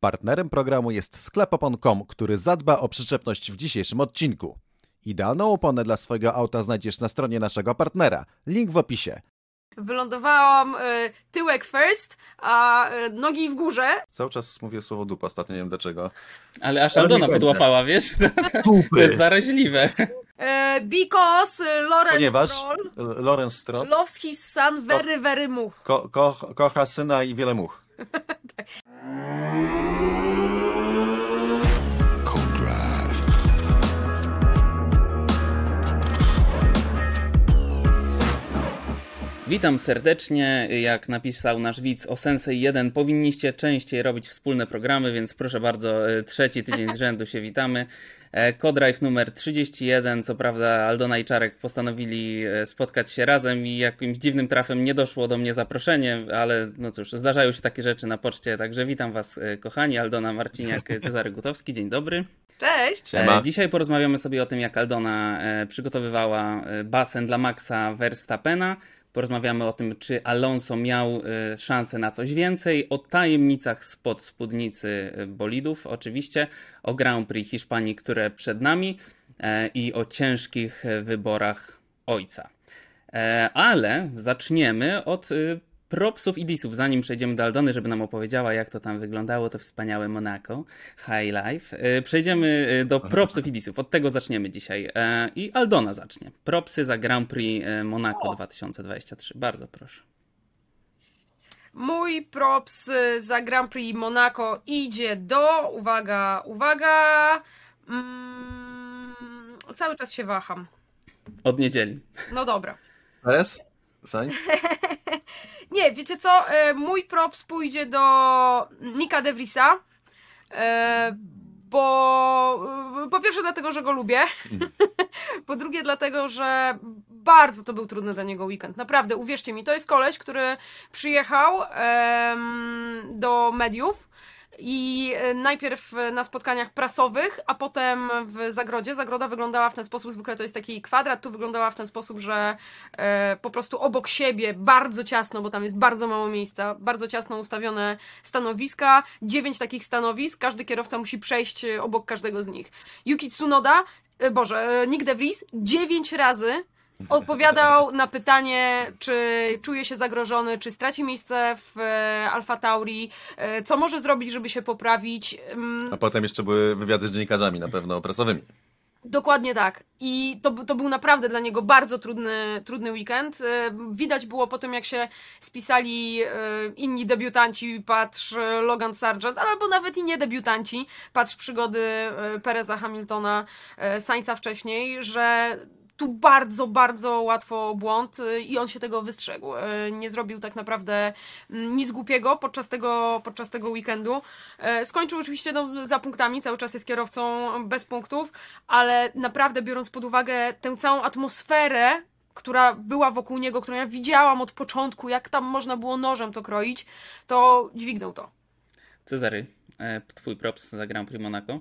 Partnerem programu jest sklep opon.com, który zadba o przyczepność w dzisiejszym odcinku. Idealną oponę dla swojego auta znajdziesz na stronie naszego partnera. Link w opisie. Wylądowałam tyłek first, a nogi w górze. Cały czas mówię słowo dupa, ostatnio nie wiem dlaczego. Ale aż Aldona podłapała, wiesz? To jest zaraźliwe. Because Ponieważ Stroll Lawrence Stroll loves his son very, very much. kocha syna i wiele much. Tak. Witam serdecznie. Jak napisał nasz widz o Sensei 1, powinniście częściej robić wspólne programy, więc proszę bardzo, trzeci tydzień z rzędu się witamy. Codrive numer 31, co prawda Aldona i Czarek postanowili spotkać się razem i jakimś dziwnym trafem nie doszło do mnie zaproszenie, ale no cóż, zdarzają się takie rzeczy na poczcie, także witam was kochani, Aldona Marciniak, Cezary Gutowski, dzień dobry. Cześć! Dzisiaj porozmawiamy sobie o tym, jak Aldona przygotowywała basen dla Maxa Verstappena. Porozmawiamy o tym, czy Alonso miał szansę na coś więcej, o tajemnicach spod spódnicy bolidów oczywiście, o Grand Prix Hiszpanii, które przed nami i o ciężkich wyborach ojca. Ale zaczniemy od propsów i disów, zanim przejdziemy do Aldony, żeby nam opowiedziała, jak to tam wyglądało, to wspaniałe Monaco, High Life. Przejdziemy do propsów i disów, od tego zaczniemy dzisiaj. I Aldona zacznie. Propsy za Grand Prix Monaco 2023. Bardzo proszę. Mój props za Grand Prix Monaco idzie do... Uwaga... cały czas się waham. Od niedzieli. No dobra. Teraz? Sań? Nie, wiecie co? Mój props pójdzie do Nicka de Vriesa, bo po pierwsze dlatego, że go lubię, po drugie dlatego, że bardzo to był trudny dla niego weekend. Naprawdę, uwierzcie mi, to jest koleś, który przyjechał do mediów i najpierw na spotkaniach prasowych, a potem w zagrodzie. Zagroda wyglądała w ten sposób, zwykle to jest taki kwadrat, tu wyglądała w ten sposób, że po prostu obok siebie, bardzo ciasno, bo tam jest bardzo mało miejsca, bardzo ciasno ustawione stanowiska, 9 takich stanowisk, każdy kierowca musi przejść obok każdego z nich. Yuki Tsunoda, Nick de Vries 9 razy odpowiadał na pytanie, czy czuje się zagrożony, czy straci miejsce w Alfa Tauri, co może zrobić, żeby się poprawić. A potem jeszcze były wywiady z dziennikarzami, na pewno prasowymi. Dokładnie tak. I to był naprawdę dla niego bardzo trudny weekend. Widać było po tym, jak się spisali inni debiutanci, patrz Logan Sargent, albo nawet i nie debiutanci, patrz przygody Pereza, Hamiltona, Sainza wcześniej, że tu bardzo, bardzo łatwo błąd i on się tego wystrzegł. Nie zrobił tak naprawdę nic głupiego podczas tego weekendu. Skończył oczywiście za punktami, cały czas jest kierowcą bez punktów, ale naprawdę biorąc pod uwagę tę całą atmosferę, która była wokół niego, którą ja widziałam od początku, jak tam można było nożem to kroić, to dźwignął to. Cezary, twój props za Grand Prix Monaco?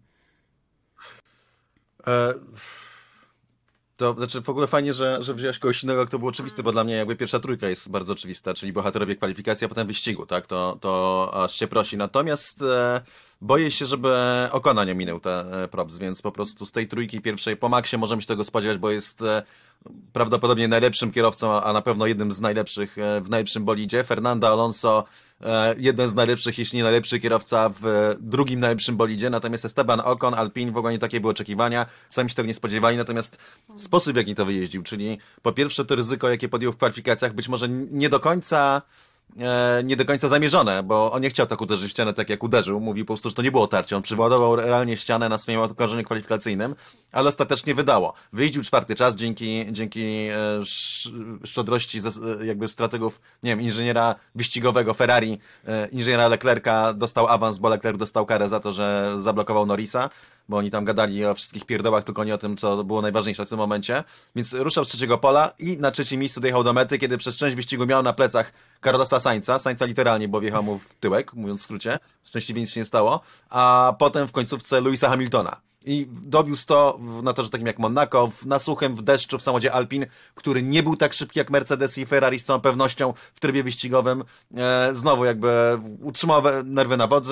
To znaczy w ogóle fajnie, że wziąłeś kogoś innego, kto był oczywisty, bo dla mnie jakby pierwsza trójka jest bardzo oczywista, czyli bohaterowie kwalifikacji, a potem wyścigu, tak? To aż się prosi. Natomiast boję się, żeby Ocona nie minął te props, więc po prostu z tej trójki pierwszej po Maxie możemy się tego spodziewać, bo jest prawdopodobnie najlepszym kierowcą, a na pewno jednym z najlepszych w najlepszym bolidzie. Fernando Alonso, jeden z najlepszych, jeśli nie najlepszy kierowca w drugim najlepszym bolidzie, natomiast Esteban Ocon, Alpine, w ogóle nie takie były oczekiwania, sami się tego nie spodziewali, natomiast sposób, w jaki to wyjeździł, czyli po pierwsze to ryzyko, jakie podjął w kwalifikacjach, być może nie do końca zamierzone, bo on nie chciał tak uderzyć w ścianę, tak jak uderzył. Mówił po prostu, że to nie było tarcie. On przyładował realnie ścianę na swoim okrążeniu kwalifikacyjnym, ale ostatecznie wydało. Wyjeździł czwarty czas dzięki szczodrości jakby strategów, nie wiem, inżyniera wyścigowego Ferrari, inżyniera Leclerca dostał awans, bo Leclerc dostał karę za to, że zablokował Norrisa, bo oni tam gadali o wszystkich pierdołach, tylko nie o tym, co było najważniejsze w tym momencie. Więc ruszał z trzeciego pola i na trzecim miejscu dojechał do mety, kiedy przez część wyścigu miał na plecach Carlosa Sainza. Sainza literalnie, bo wjechał mu w tyłek, mówiąc w skrócie. Szczęśliwie nic się nie stało. A potem w końcówce Lewisa Hamiltona. I dowiózł to na torze takim jak Monaco, na suchym, w deszczu, w samochodzie Alpine, który nie był tak szybki jak Mercedes i Ferrari z całą pewnością w trybie wyścigowym. Znowu jakby utrzymał nerwy na wodzy.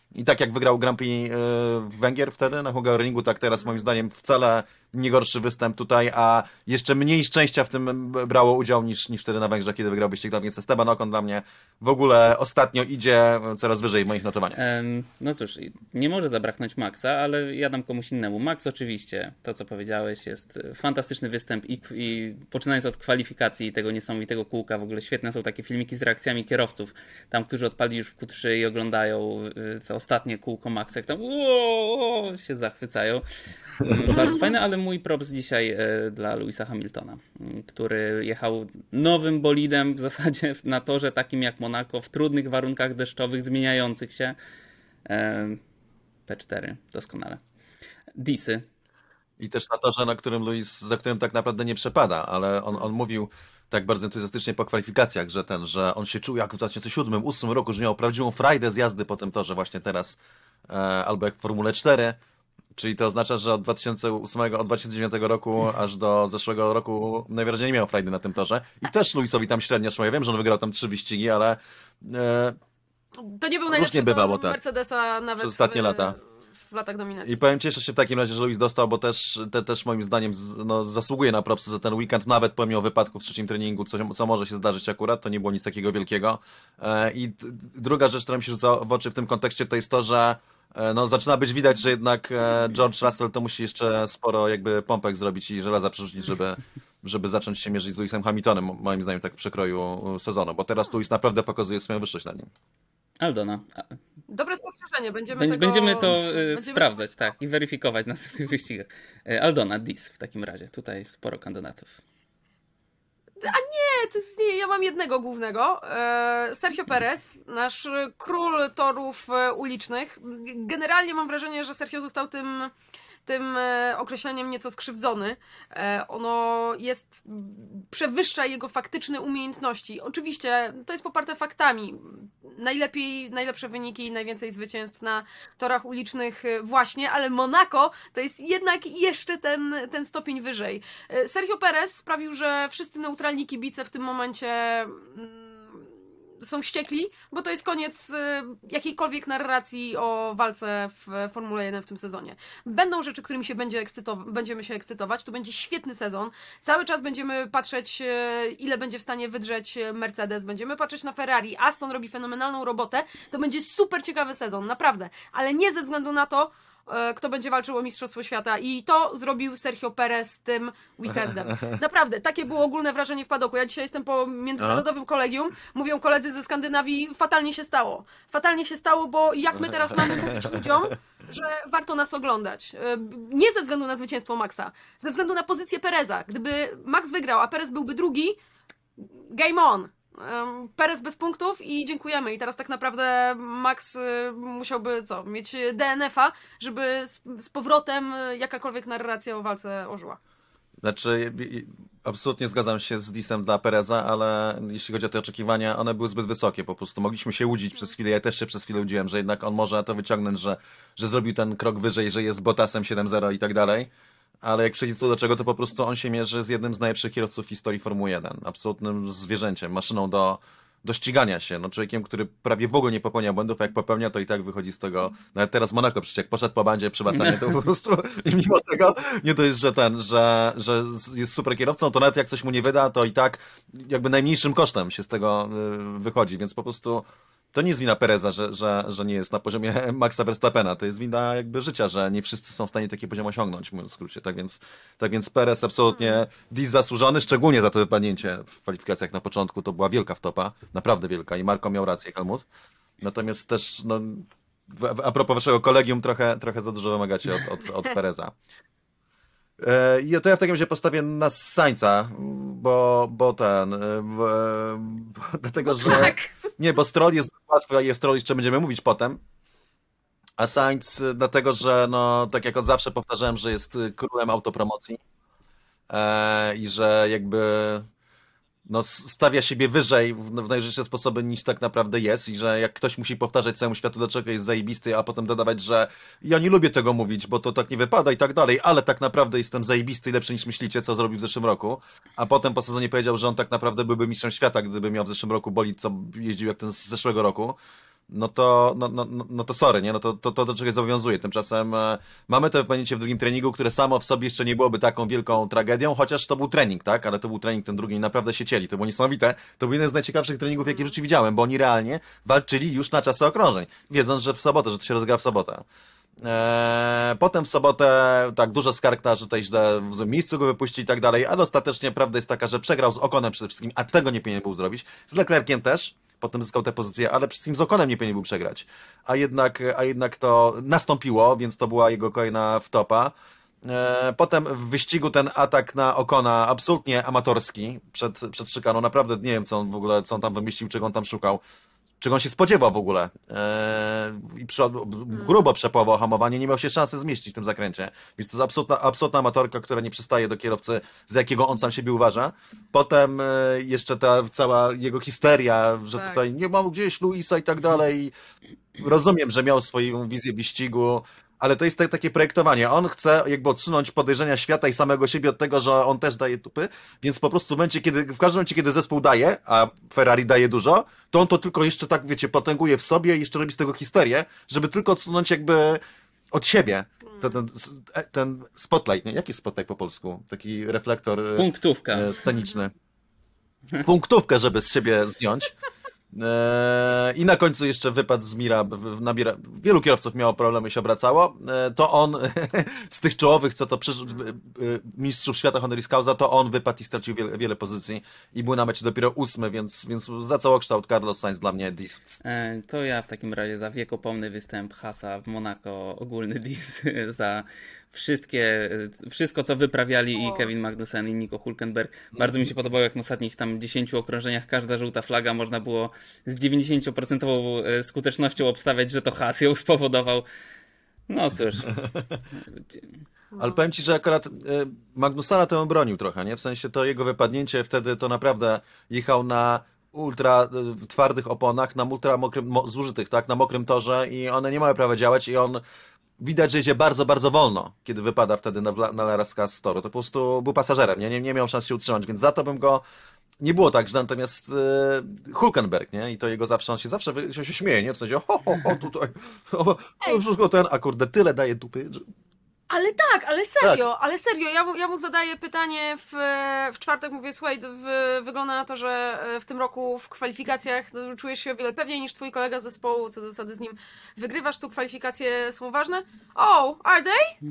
I tak jak wygrał Grand Prix Węgier wtedy na Hungaroringu, tak teraz moim zdaniem wcale nie gorszy występ tutaj, a jeszcze mniej szczęścia w tym brało udział niż wtedy na Węgrzech, kiedy wygrał wyścig. Więc Esteban Ocon dla mnie w ogóle ostatnio idzie coraz wyżej w moich notowaniach. No cóż, nie może zabraknąć Maxa, ale ja dam komuś innemu. Max oczywiście, to co powiedziałeś, jest fantastyczny występ i poczynając od kwalifikacji tego niesamowitego kółka, w ogóle świetne są takie filmiki z reakcjami kierowców, tam, którzy odpali już w Q3 i oglądają to ostatnie kółko Maxa, jak tam się zachwycają. Bardzo fajne, ale mój props dzisiaj dla Lewisa Hamiltona, który jechał nowym bolidem w zasadzie na torze takim jak Monaco, w trudnych warunkach deszczowych, zmieniających się. P4, doskonale. Disy. I też na torze, za którym tak naprawdę nie przepada, ale on mówił tak bardzo entuzjastycznie po kwalifikacjach, że on się czuł jak w 2007-2008 roku, że miał prawdziwą frajdę z jazdy po tym torze właśnie teraz, albo jak w Formule 4. Czyli to oznacza, że od 2009 roku aż do zeszłego roku najwyraźniej nie miał frajdy na tym torze. I też Lewisowi tam średnio szło. Ja wiem, że on wygrał tam 3 wyścigi, ale To nie był różnie najlepszy bywało, tor tak. Mercedesa nawet Przez ostatnie lata. w latach dominacji. I powiem, cieszę się w takim razie, że Lewis dostał, bo też moim zdaniem zasługuje na propsy za ten weekend, nawet pomimo wypadku w trzecim treningu, co może się zdarzyć akurat, to nie było nic takiego wielkiego. I druga rzecz, która mi się rzuca w oczy w tym kontekście, to jest to, że zaczyna być widać, że jednak George Russell to musi jeszcze sporo jakby pompek zrobić i żelaza przerzucić, żeby zacząć się mierzyć z Lewisem Hamiltonem, moim zdaniem tak w przekroju sezonu, bo teraz Lewis naprawdę pokazuje swoją wyższość nad nim. Aldona. Dobre spostrzeżenie, Będziemy to sprawdzać, tak, i weryfikować w następnych wyścigach. Aldona, Dis w takim razie. Tutaj sporo kandydatów. Ja mam jednego głównego. Sergio Perez, nasz król torów ulicznych. Generalnie mam wrażenie, że Sergio został tym określeniem nieco skrzywdzony. Ono przewyższa jego faktyczne umiejętności. Oczywiście to jest poparte faktami. Najlepsze wyniki, najwięcej zwycięstw na torach ulicznych właśnie, ale Monaco to jest jednak jeszcze ten stopień wyżej. Sergio Perez sprawił, że wszyscy neutralni kibice w tym momencie są wściekli, bo to jest koniec jakiejkolwiek narracji o walce w Formule 1 w tym sezonie. Będą rzeczy, którymi będziemy się ekscytować. To będzie świetny sezon. Cały czas będziemy patrzeć, ile będzie w stanie wydrzeć Mercedes. Będziemy patrzeć na Ferrari. Aston robi fenomenalną robotę. To będzie super ciekawy sezon, naprawdę. Ale nie ze względu na to, kto będzie walczył o Mistrzostwo Świata. I to zrobił Sergio Perez tym weekendem. Naprawdę, takie było ogólne wrażenie w padoku. Ja dzisiaj jestem po międzynarodowym kolegium. Mówią koledzy ze Skandynawii, fatalnie się stało. Fatalnie się stało, bo jak my teraz mamy mówić ludziom, że warto nas oglądać. Nie ze względu na zwycięstwo Maxa, ze względu na pozycję Pereza. Gdyby Max wygrał, a Perez byłby drugi, game on. Perez bez punktów i dziękujemy. I teraz tak naprawdę Max musiałby mieć DNF-a, żeby z powrotem jakakolwiek narracja o walce ożyła. Znaczy, absolutnie zgadzam się z disem dla Pereza, ale jeśli chodzi o te oczekiwania, one były zbyt wysokie po prostu. Mogliśmy się łudzić przez chwilę, ja też się przez chwilę łudziłem, że jednak on może to wyciągnąć, że zrobił ten krok wyżej, że jest Bottasem 7-0 i tak dalej. Ale jak przejdzie co do czego, to po prostu on się mierzy z jednym z najlepszych kierowców w historii Formuły 1. Absolutnym zwierzęciem, maszyną do ścigania się. Człowiekiem, który prawie w ogóle nie popełnia błędów, a jak popełnia, to i tak wychodzi z tego. Nawet teraz Monaco, przecież jak poszedł po bandzie przy basenie, to po prostu i mimo tego nie dość, że jest super kierowcą, to nawet jak coś mu nie wyda, to i tak jakby najmniejszym kosztem się z tego wychodzi, więc po prostu to nie jest wina Pereza, że nie jest na poziomie Maxa Verstappena. To jest wina jakby życia, że nie wszyscy są w stanie taki poziom osiągnąć, mówiąc w skrócie. Tak więc Perez absolutnie dis zasłużony, szczególnie za to wypadnięcie w kwalifikacjach na początku. To była wielka wtopa, naprawdę wielka i Marko miał rację, Helmut. Natomiast też, a propos waszego kolegium, trochę za dużo wymagacie od Pereza. I to ja w takim razie postawię na Sainza, dlatego, że... Tak. Nie, bo Stroll jest łatwy, a jest Stroll, jeszcze będziemy mówić potem. A Sainz dlatego, że tak jak od zawsze powtarzałem, że jest królem autopromocji i że jakby stawia siebie wyżej w najwyższe sposoby niż tak naprawdę jest i że jak ktoś musi powtarzać całemu światu, dlaczego jest zajebisty, a potem dodawać, że ja nie lubię tego mówić, bo to tak nie wypada i tak dalej, ale tak naprawdę jestem zajebisty i lepszy niż myślicie, co zrobił w zeszłym roku, a potem po sezonie powiedział, że on tak naprawdę byłby mistrzem świata, gdyby miał w zeszłym roku bolid, co jeździł jak ten z zeszłego roku, no to sorry, nie? No to do czegoś zobowiązuje. Tymczasem mamy to wypomnienie w drugim treningu, które samo w sobie jeszcze nie byłoby taką wielką tragedią, chociaż to był trening, tak? Ale to był trening ten drugi i naprawdę się cieli. To było niesamowite. To był jeden z najciekawszych treningów, jakie w życiu widziałem, bo oni realnie walczyli już na czasy okrążeń, wiedząc, że w sobotę, że to się rozgra w sobotę. Potem w sobotę tak dużo skarg na, że tutaj źle w złym miejscu go wypuści i tak dalej, ale ostatecznie prawda jest taka, że przegrał z Okonem przede wszystkim, a tego nie powinien był zrobić. Z Leclerciem też, potem zyskał tę pozycję, ale przede wszystkim z Okonem nie powinien był przegrać. A jednak to nastąpiło, więc to była jego kolejna wtopa. Potem w wyścigu ten atak na Okona absolutnie amatorski przed szykaną. Naprawdę nie wiem, co on tam wymyślił, czego on tam szukał. Czego on się spodziewał w ogóle. I grubo przepował hamowanie, nie miał się szansy zmieścić w tym zakręcie. Więc to jest absolutna amatorka, która nie przystaje do kierowcy, za jakiego on sam siebie uważa. Potem jeszcze ta cała jego histeria, że Tak. tutaj nie mam gdzieś Luisa i tak dalej. Rozumiem, że miał swoją wizję wyścigu, ale to jest takie projektowanie. On chce jakby odsunąć podejrzenia świata i samego siebie od tego, że on też daje tupy, więc po prostu w każdym momencie, kiedy zespół daje, a Ferrari daje dużo, to on to tylko jeszcze tak, wiecie, potęguje w sobie i jeszcze robi z tego histerię, żeby tylko odsunąć jakby od siebie ten spotlight. Nie? Jaki jest spotlight po polsku? Taki reflektor Punktówka. sceniczny. Punktówkę, żeby z siebie zdjąć. I na końcu jeszcze wypadł z Mira, wielu kierowców miało problemy, się obracało, to on z tych czołowych, co to mistrzów świata honoris causa, to on wypadł i stracił wiele pozycji i był na mecie dopiero 8, więc za całokształt Carlos Sainz dla mnie dis. To ja w takim razie za wiekopomny występ Haasa w Monako, ogólny dis za wszystko, co wyprawiali i Kevin Magnussen i Nico Hülkenberg. Bardzo mi się podobało, jak na ostatnich tam 10 okrążeniach każda żółta flaga można było z 90% skutecznością obstawiać, że to Haas ją spowodował. No cóż. Ale powiem Ci, że akurat Magnusena to on bronił trochę, nie? W sensie to jego wypadnięcie wtedy to naprawdę jechał na ultra twardych oponach, na ultra mokrym, zużytych, tak? Na mokrym torze i one nie miały prawa działać i on widać, że jedzie bardzo, bardzo wolno, kiedy wypada wtedy na Laraska z toru. To po prostu był pasażerem, nie miał szans się utrzymać, więc za to bym go nie było tak, że natomiast Hülkenberg, nie? I to jego zawsze, on się zawsze się śmieje, nie? W sensie, tutaj, wszystko ten, a kurde, tyle daje dupy. Ale tak, ale serio, ja mu zadaję pytanie w czwartek, mówię, słuchaj, wygląda na to, że w tym roku w kwalifikacjach czujesz się o wiele pewniej niż twój kolega z zespołu, co do zasady z nim wygrywasz, tu kwalifikacje są ważne. Oh, are they?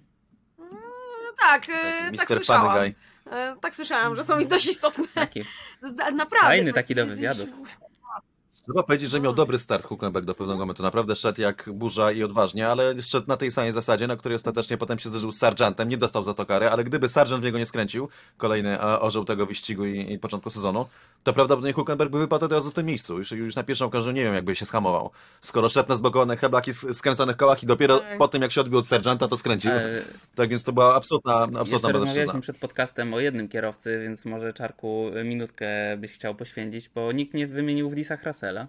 Tak, tak Mr. słyszałam. Funny Guy. Tak słyszałam, że są mi dość istotne. Taki Naprawdę. fajny taki do wywiadów. Trzeba powiedzieć, że miał dobry start Hülkenberg do pewnego momentu. Naprawdę szedł jak burza i odważnie, ale szedł na tej samej zasadzie, na której ostatecznie potem się zderzył z Sargentem. Nie dostał za to karę, ale gdyby Sargent w niego nie skręcił, kolejny orzeł tego wyścigu i początku sezonu, to prawdopodobnie Hülkenberg by wypadł od razu w tym miejscu. Już na pierwszą okrążeniu nie wiem, jakby się schamował. Skoro szedł na zblokowane heblaki z skręconych kołach i dopiero po tym, jak się odbił od Sargenta, to skręcił. Tak więc to była absolutna Jeszcze bezprzeczyzna. rozmawialiśmy przed podcastem o jednym kierowcy, więc może Czarku minutkę byś chciał poświęcić, bo nikt nie wymienił w disach Russella.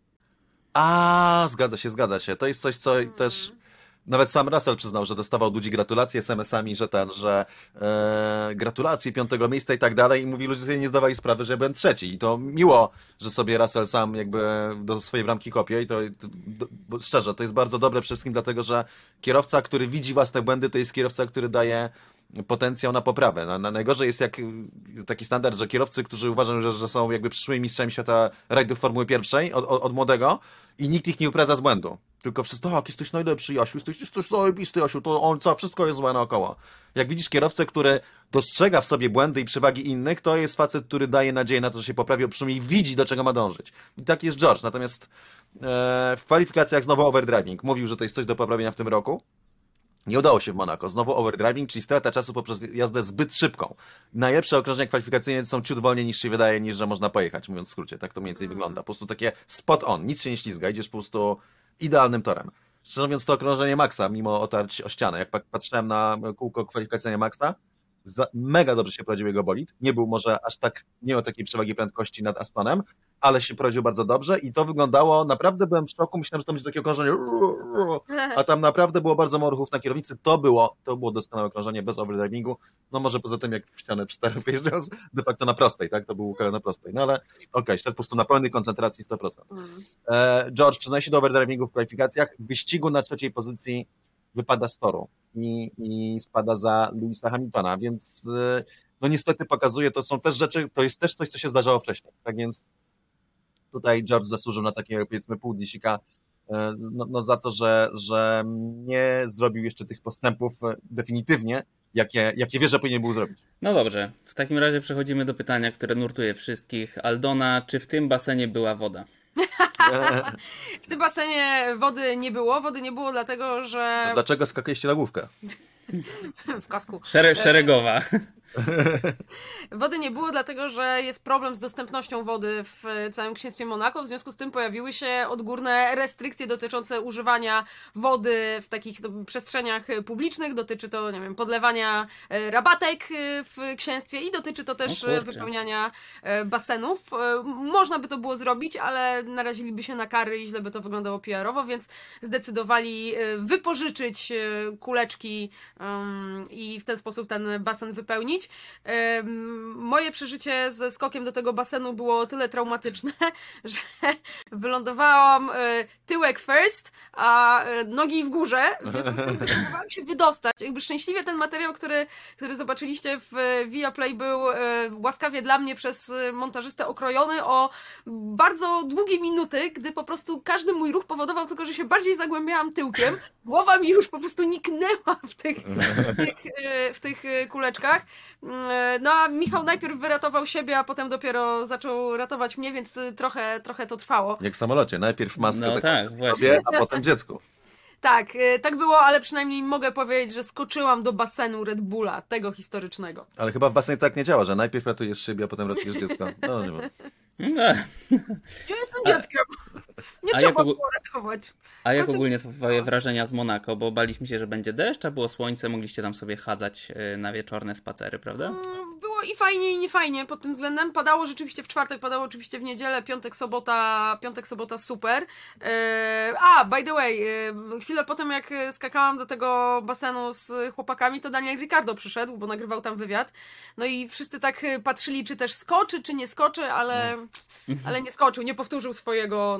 Zgadza się. To jest coś, co też nawet sam Russell przyznał, że dostawał ludzi gratulacje SMS-ami, że gratulacje 5. miejsca i tak dalej i mówi, ludzie sobie nie zdawali sprawy, że byłem trzeci. I to miło, że sobie Russell sam jakby do swojej bramki kopie i bo szczerze, to jest bardzo dobre przede wszystkim dlatego, że kierowca, który widzi własne błędy, to jest kierowca, który daje potencjał na poprawę. Najgorzej jest jak taki standard, że kierowcy, którzy uważają, że są jakby przyszłymi mistrzami świata rajdów Formuły pierwszej od młodego i nikt ich nie uprawia z błędu. Tylko wszyscy, tak, jesteś najlepszy, Jasiu, jesteś zajebisty, Jasiu, to wszystko jest złe naokoło. Jak widzisz kierowcę, który dostrzega w sobie błędy i przewagi innych, to jest facet, który daje nadzieję na to, że się poprawi, przynajmniej widzi, do czego ma dążyć. I tak jest George. Natomiast w kwalifikacjach znowu overdriving. Mówił, że to jest coś do poprawienia w tym roku. Nie udało się w Monako. Znowu overdriving, czyli strata czasu poprzez jazdę zbyt szybką. Najlepsze okrążenia kwalifikacyjne są ciut wolniej niż się wydaje, niż że można pojechać, mówiąc w skrócie. Tak to mniej więcej wygląda. Po prostu takie spot on, nic się nie ślizga, idziesz po prostu idealnym torem. Szczerze mówiąc, to okrążenie Maxa, mimo otarć o ścianę, jak patrzyłem na kółko kwalifikacyjne Maxa, mega dobrze się prowadził jego bolid. Nie był może aż tak, nie miał takiej przewagi prędkości nad Astonem, ale się prowadził bardzo dobrze i to wyglądało, naprawdę byłem w szoku, myślałem, że to będzie takie okrążenie, a tam naprawdę było bardzo mało ruchów na kierownicy, to było doskonałe okrążenie bez overdrivingu, no może poza tym jak w ścianę 4 wjeżdżał de facto na prostej, tak, to był UKL na prostej, no ale okej, szedł po prostu na pełnej koncentracji 100%. George przyznaje się do overdrivingu w kwalifikacjach, w wyścigu na trzeciej pozycji wypada z toru i spada za Lewisa Hamiltona, więc no niestety pokazuje, to są też rzeczy, to jest też coś, co się zdarzało wcześniej, tak więc tutaj George zasłużył na takie, powiedzmy, pół disika, no za to, że nie zrobił jeszcze tych postępów definitywnie, jakie wie, że powinien był zrobić. No dobrze, w takim razie przechodzimy do pytania, które nurtuje wszystkich. Aldona, czy w tym basenie była woda? W tym basenie wody nie było. Wody nie było dlatego, że... To dlaczego skakaliście na główkę? W kasku. Szeregowa. Wody nie było dlatego, że jest problem z dostępnością wody w całym księstwie Monako. W związku z tym pojawiły się odgórne restrykcje dotyczące używania wody w takich przestrzeniach publicznych. Dotyczy to, nie wiem, podlewania rabatek w księstwie i dotyczy to też wypełniania basenów. Można by to było zrobić, ale naraziliby się na kary i źle by to wyglądało PR-owo, więc zdecydowali wypożyczyć kuleczki i w ten sposób ten basen wypełnić. Moje przeżycie ze skokiem do tego basenu było o tyle traumatyczne, że wylądowałam tyłek first, a nogi w górze. W związku z tym próbowałam się wydostać. Jakby szczęśliwie ten materiał, który zobaczyliście w Viaplay, był łaskawie dla mnie przez montażystę okrojony o bardzo długie minuty, gdy po prostu każdy mój ruch powodował tylko, że się bardziej zagłębiałam tyłkiem. Głowa mi już po prostu niknęła w tych kuleczkach. No a Michał najpierw wyratował siebie, a potem dopiero zaczął ratować mnie, więc trochę to trwało. Jak w samolocie, najpierw maskę No tak, właśnie. sobie, a potem dziecku. Tak było, ale przynajmniej mogę powiedzieć, że skoczyłam do basenu Red Bulla, tego historycznego. Ale chyba w basenie tak nie działa, że najpierw ratujesz siebie, a potem ratujesz dziecko. No, nie wiem. No. Ja jestem dzieckiem. Nie A trzeba jak ogó- było ratować. A jak ogólnie twoje wrażenia z Monako? Bo baliśmy się, że będzie deszcz, a było słońce, mogliście tam sobie chadzać na wieczorne spacery, prawda? Było i fajnie, i niefajnie pod tym względem. Padało rzeczywiście w czwartek, padało oczywiście w niedzielę, piątek, sobota super. By the way, chwilę potem jak skakałam do tego basenu z chłopakami, to Daniel Ricciardo przyszedł, bo nagrywał tam wywiad. No i wszyscy tak patrzyli, czy też skoczy, czy nie skoczy, ale nie skoczył, nie powtórzył swojego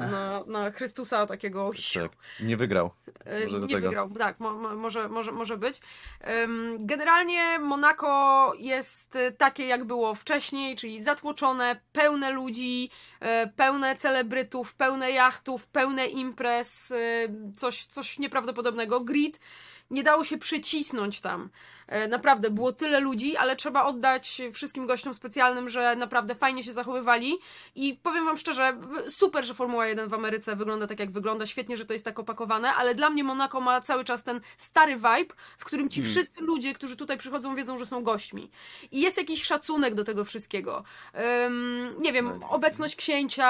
na Chrystusa takiego. Tak, nie wygrał. Może do Nie tego. wygrał, tak, może być. Generalnie Monako jest takie, jak było wcześniej, czyli zatłoczone, pełne ludzi, pełne celebrytów, pełne jachtów, pełne imprez, coś nieprawdopodobnego. Grid nie dało się przycisnąć tam. Naprawdę, było tyle ludzi, ale trzeba oddać wszystkim gościom specjalnym, że naprawdę fajnie się zachowywali i powiem wam szczerze, super, że Formuła 1 w Ameryce wygląda tak, jak wygląda, świetnie, że to jest tak opakowane, ale dla mnie Monako ma cały czas ten stary vibe, w którym ci wszyscy ludzie, którzy tutaj przychodzą, wiedzą, że są gośćmi. I jest jakiś szacunek do tego wszystkiego. Nie wiem, obecność księcia,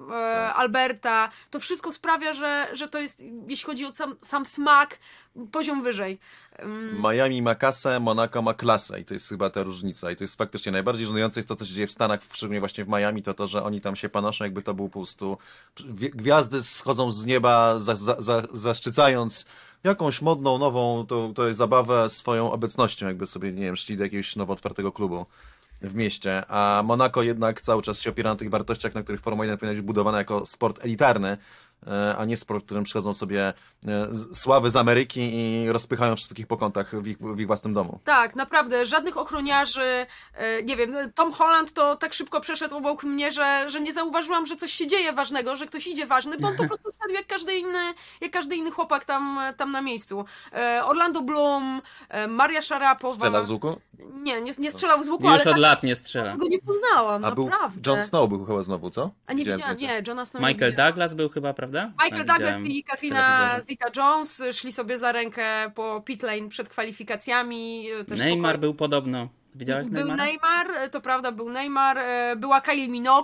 Alberta, to wszystko sprawia, że to jest, jeśli chodzi o sam smak, poziom wyżej. Miami ma kasę, Monako ma klasę i to jest chyba ta różnica. I to jest faktycznie najbardziej żenujące jest to, co się dzieje w Stanach, szczególnie właśnie w Miami, to, że oni tam się panoszą, jakby to był po prostu... Gwiazdy schodzą z nieba, zaszczycając jakąś modną, nową to jest zabawę swoją obecnością, jakby sobie, nie wiem, szli do jakiegoś nowo otwartego klubu w mieście, a Monako jednak cały czas się opiera na tych wartościach, na których Formuła 1 powinna być budowana jako sport elitarny, a nie sport, w którym przychodzą sobie sławy z Ameryki i rozpychają wszystkich po kątach w ich własnym domu. Tak, naprawdę, żadnych ochroniarzy, nie wiem, Tom Holland to tak szybko przeszedł obok mnie, że nie zauważyłam, że coś się dzieje ważnego, że ktoś idzie ważny, bo on po prostu szedł jak każdy inny chłopak tam na miejscu. Orlando Bloom, Maria Szarapowa. Strzelał z łuku? Nie strzelał z łuku, Już ale od lat nie strzela. go nie poznałam, A był naprawdę. Jon Snow był chyba znowu, co? A nie Widziałem widziałam, zdjęcie. nie, Johna Snow Michael nie widziałam. Douglas był chyba, prawda? Michael Tam Douglas widziałem i w Katrina telewizorze. Zeta-Jones szli sobie za rękę po pit lane przed kwalifikacjami. Też Neymar spokojnie. był podobno. Widziałeś Był Neymara? Neymar, to prawda, był Neymar, była Kylie Minogue,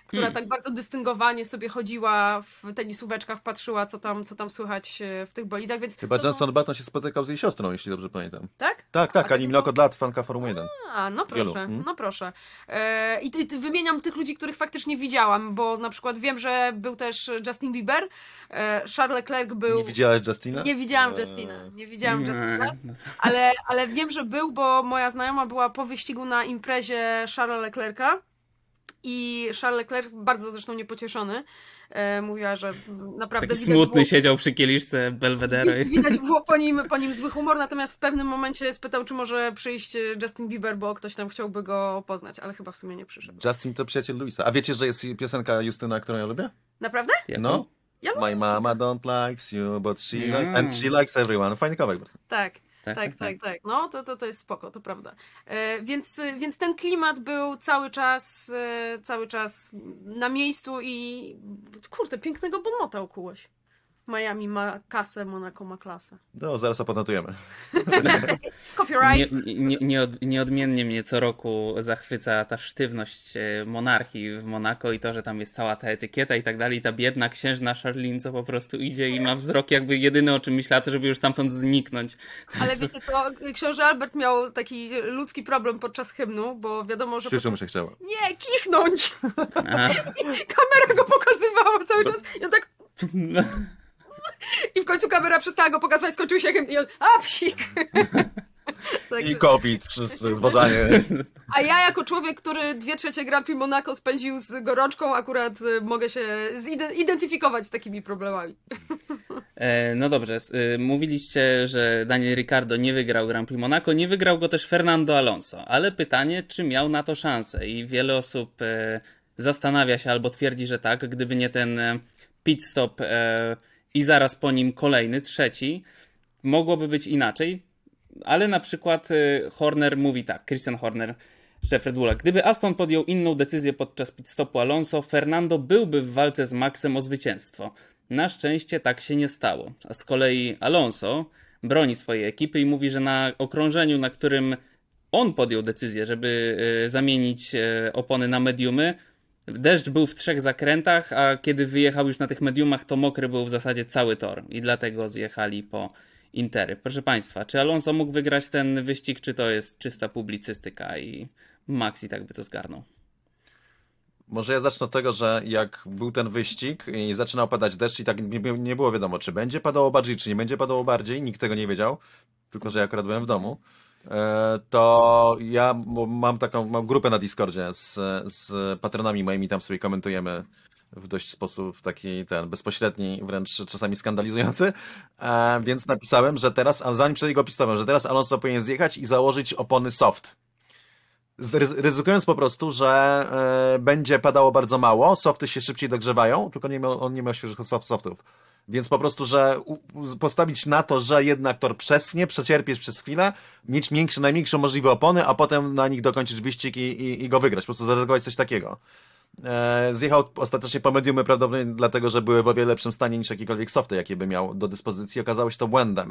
która tak bardzo dystyngowanie sobie chodziła w tenisóweczkach, patrzyła, co tam słychać w tych bolidach, więc Chyba to są- Jenson Button się spotykał z jej siostrą, jeśli dobrze pamiętam. Tak? Tak, A Ani tego Milok od lat, fanka Formuły 1. no Wielu. proszę, no proszę. Wymieniam tych ludzi, których faktycznie widziałam, bo na przykład wiem, że był też Justin Bieber, Charles Leclerc był... Nie widziałeś Justina? Nie widziałam Justina, nie widziałam Justina, No to- ale wiem, że był, bo moja znajoma była po wyścigu na imprezie Charlesa Leclerca i Charles Leclerc, bardzo zresztą niepocieszony, mówiła, że naprawdę Taki widać smutny było, siedział przy kieliszce Belvedere. widać było po nim zły humor, natomiast w pewnym momencie spytał, czy może przyjść Justin Bieber, bo ktoś tam chciałby go poznać, ale chyba w sumie nie przyszedł. Justin to przyjaciel Luisa. A wiecie, że jest piosenka Justyna, którą ja lubię? Naprawdę? Jaką? No. Ja lubię. My mama don't likes you, but she Mm. and she likes everyone. Fajny kawałek bardzo. Tak. Tak. Tak. No, to jest spoko, to prawda. Więc ten klimat był cały czas na miejscu i kurde, pięknego bonmota ukułeś. Miami ma kasę, Monaco ma klasę. No, zaraz opodnotujemy. Copyright. Nieodmiennie mnie co roku zachwyca ta sztywność monarchii w Monako i to, że tam jest cała ta etykieta i tak dalej. Ta biedna księżna Charlene, co po prostu idzie i ma wzrok jakby jedyny, o czym myślała, to żeby już stamtąd zniknąć. Ale wiecie, to książę Albert miał taki ludzki problem podczas hymnu, bo wiadomo, że... Szyszu mu się chciało. Nie, kichnąć! A, Kamera go pokazywała cały czas i on tak... I w końcu kamera przestała go pokazywać, skończył się hymn i on... A, psik! I COVID, wszyscy, dworzanie. A ja jako człowiek, który 2/3 Grand Prix Monaco spędził z gorączką, akurat mogę się identyfikować z takimi problemami. No dobrze, mówiliście, że Daniel Ricciardo nie wygrał Grand Prix Monaco, nie wygrał go też Fernando Alonso, ale pytanie, czy miał na to szansę i wiele osób zastanawia się albo twierdzi, że tak, gdyby nie ten pit stop i zaraz po nim kolejny, trzeci, mogłoby być inaczej, ale na przykład Horner mówi tak, Christian Horner, szef Red Bulla, gdyby Aston podjął inną decyzję podczas pit stopu Alonso, Fernando byłby w walce z Maxem o zwycięstwo. Na szczęście tak się nie stało. A z kolei Alonso broni swojej ekipy i mówi, że na okrążeniu, na którym on podjął decyzję, żeby zamienić opony na mediumy, deszcz był w 3 zakrętach, a kiedy wyjechał już na tych mediumach, to mokry był w zasadzie cały tor i dlatego zjechali po Intery. Proszę Państwa, czy Alonso mógł wygrać ten wyścig, czy to jest czysta publicystyka i Max i tak by to zgarnął? Może ja zacznę od tego, że jak był ten wyścig i zaczynał padać deszcz i tak nie było wiadomo, czy będzie padało bardziej, czy nie będzie padało bardziej, nikt tego nie wiedział, tylko że ja akurat byłem w domu, to ja mam grupę na Discordzie z patronami moimi, tam sobie komentujemy w dość sposób taki bezpośredni, wręcz czasami skandalizujący, więc napisałem, że teraz, ale zanim przed jego pisałem, że teraz Alonso powinien zjechać i założyć opony soft. Ryzykując po prostu, że będzie padało bardzo mało, softy się szybciej dogrzewają, tylko on nie miał świeżych softów. Więc po prostu, że postawić na to, że jednak tor przeschnie, przecierpieć przez chwilę, mieć najmniejsze możliwe opony, a potem na nich dokończyć wyścig i go wygrać. Po prostu zaryzykować coś takiego. Zjechał ostatecznie po mediumy prawdopodobnie dlatego, że były w o wiele lepszym stanie niż jakiekolwiek softy, jakie by miał do dyspozycji. Okazało się to błędem.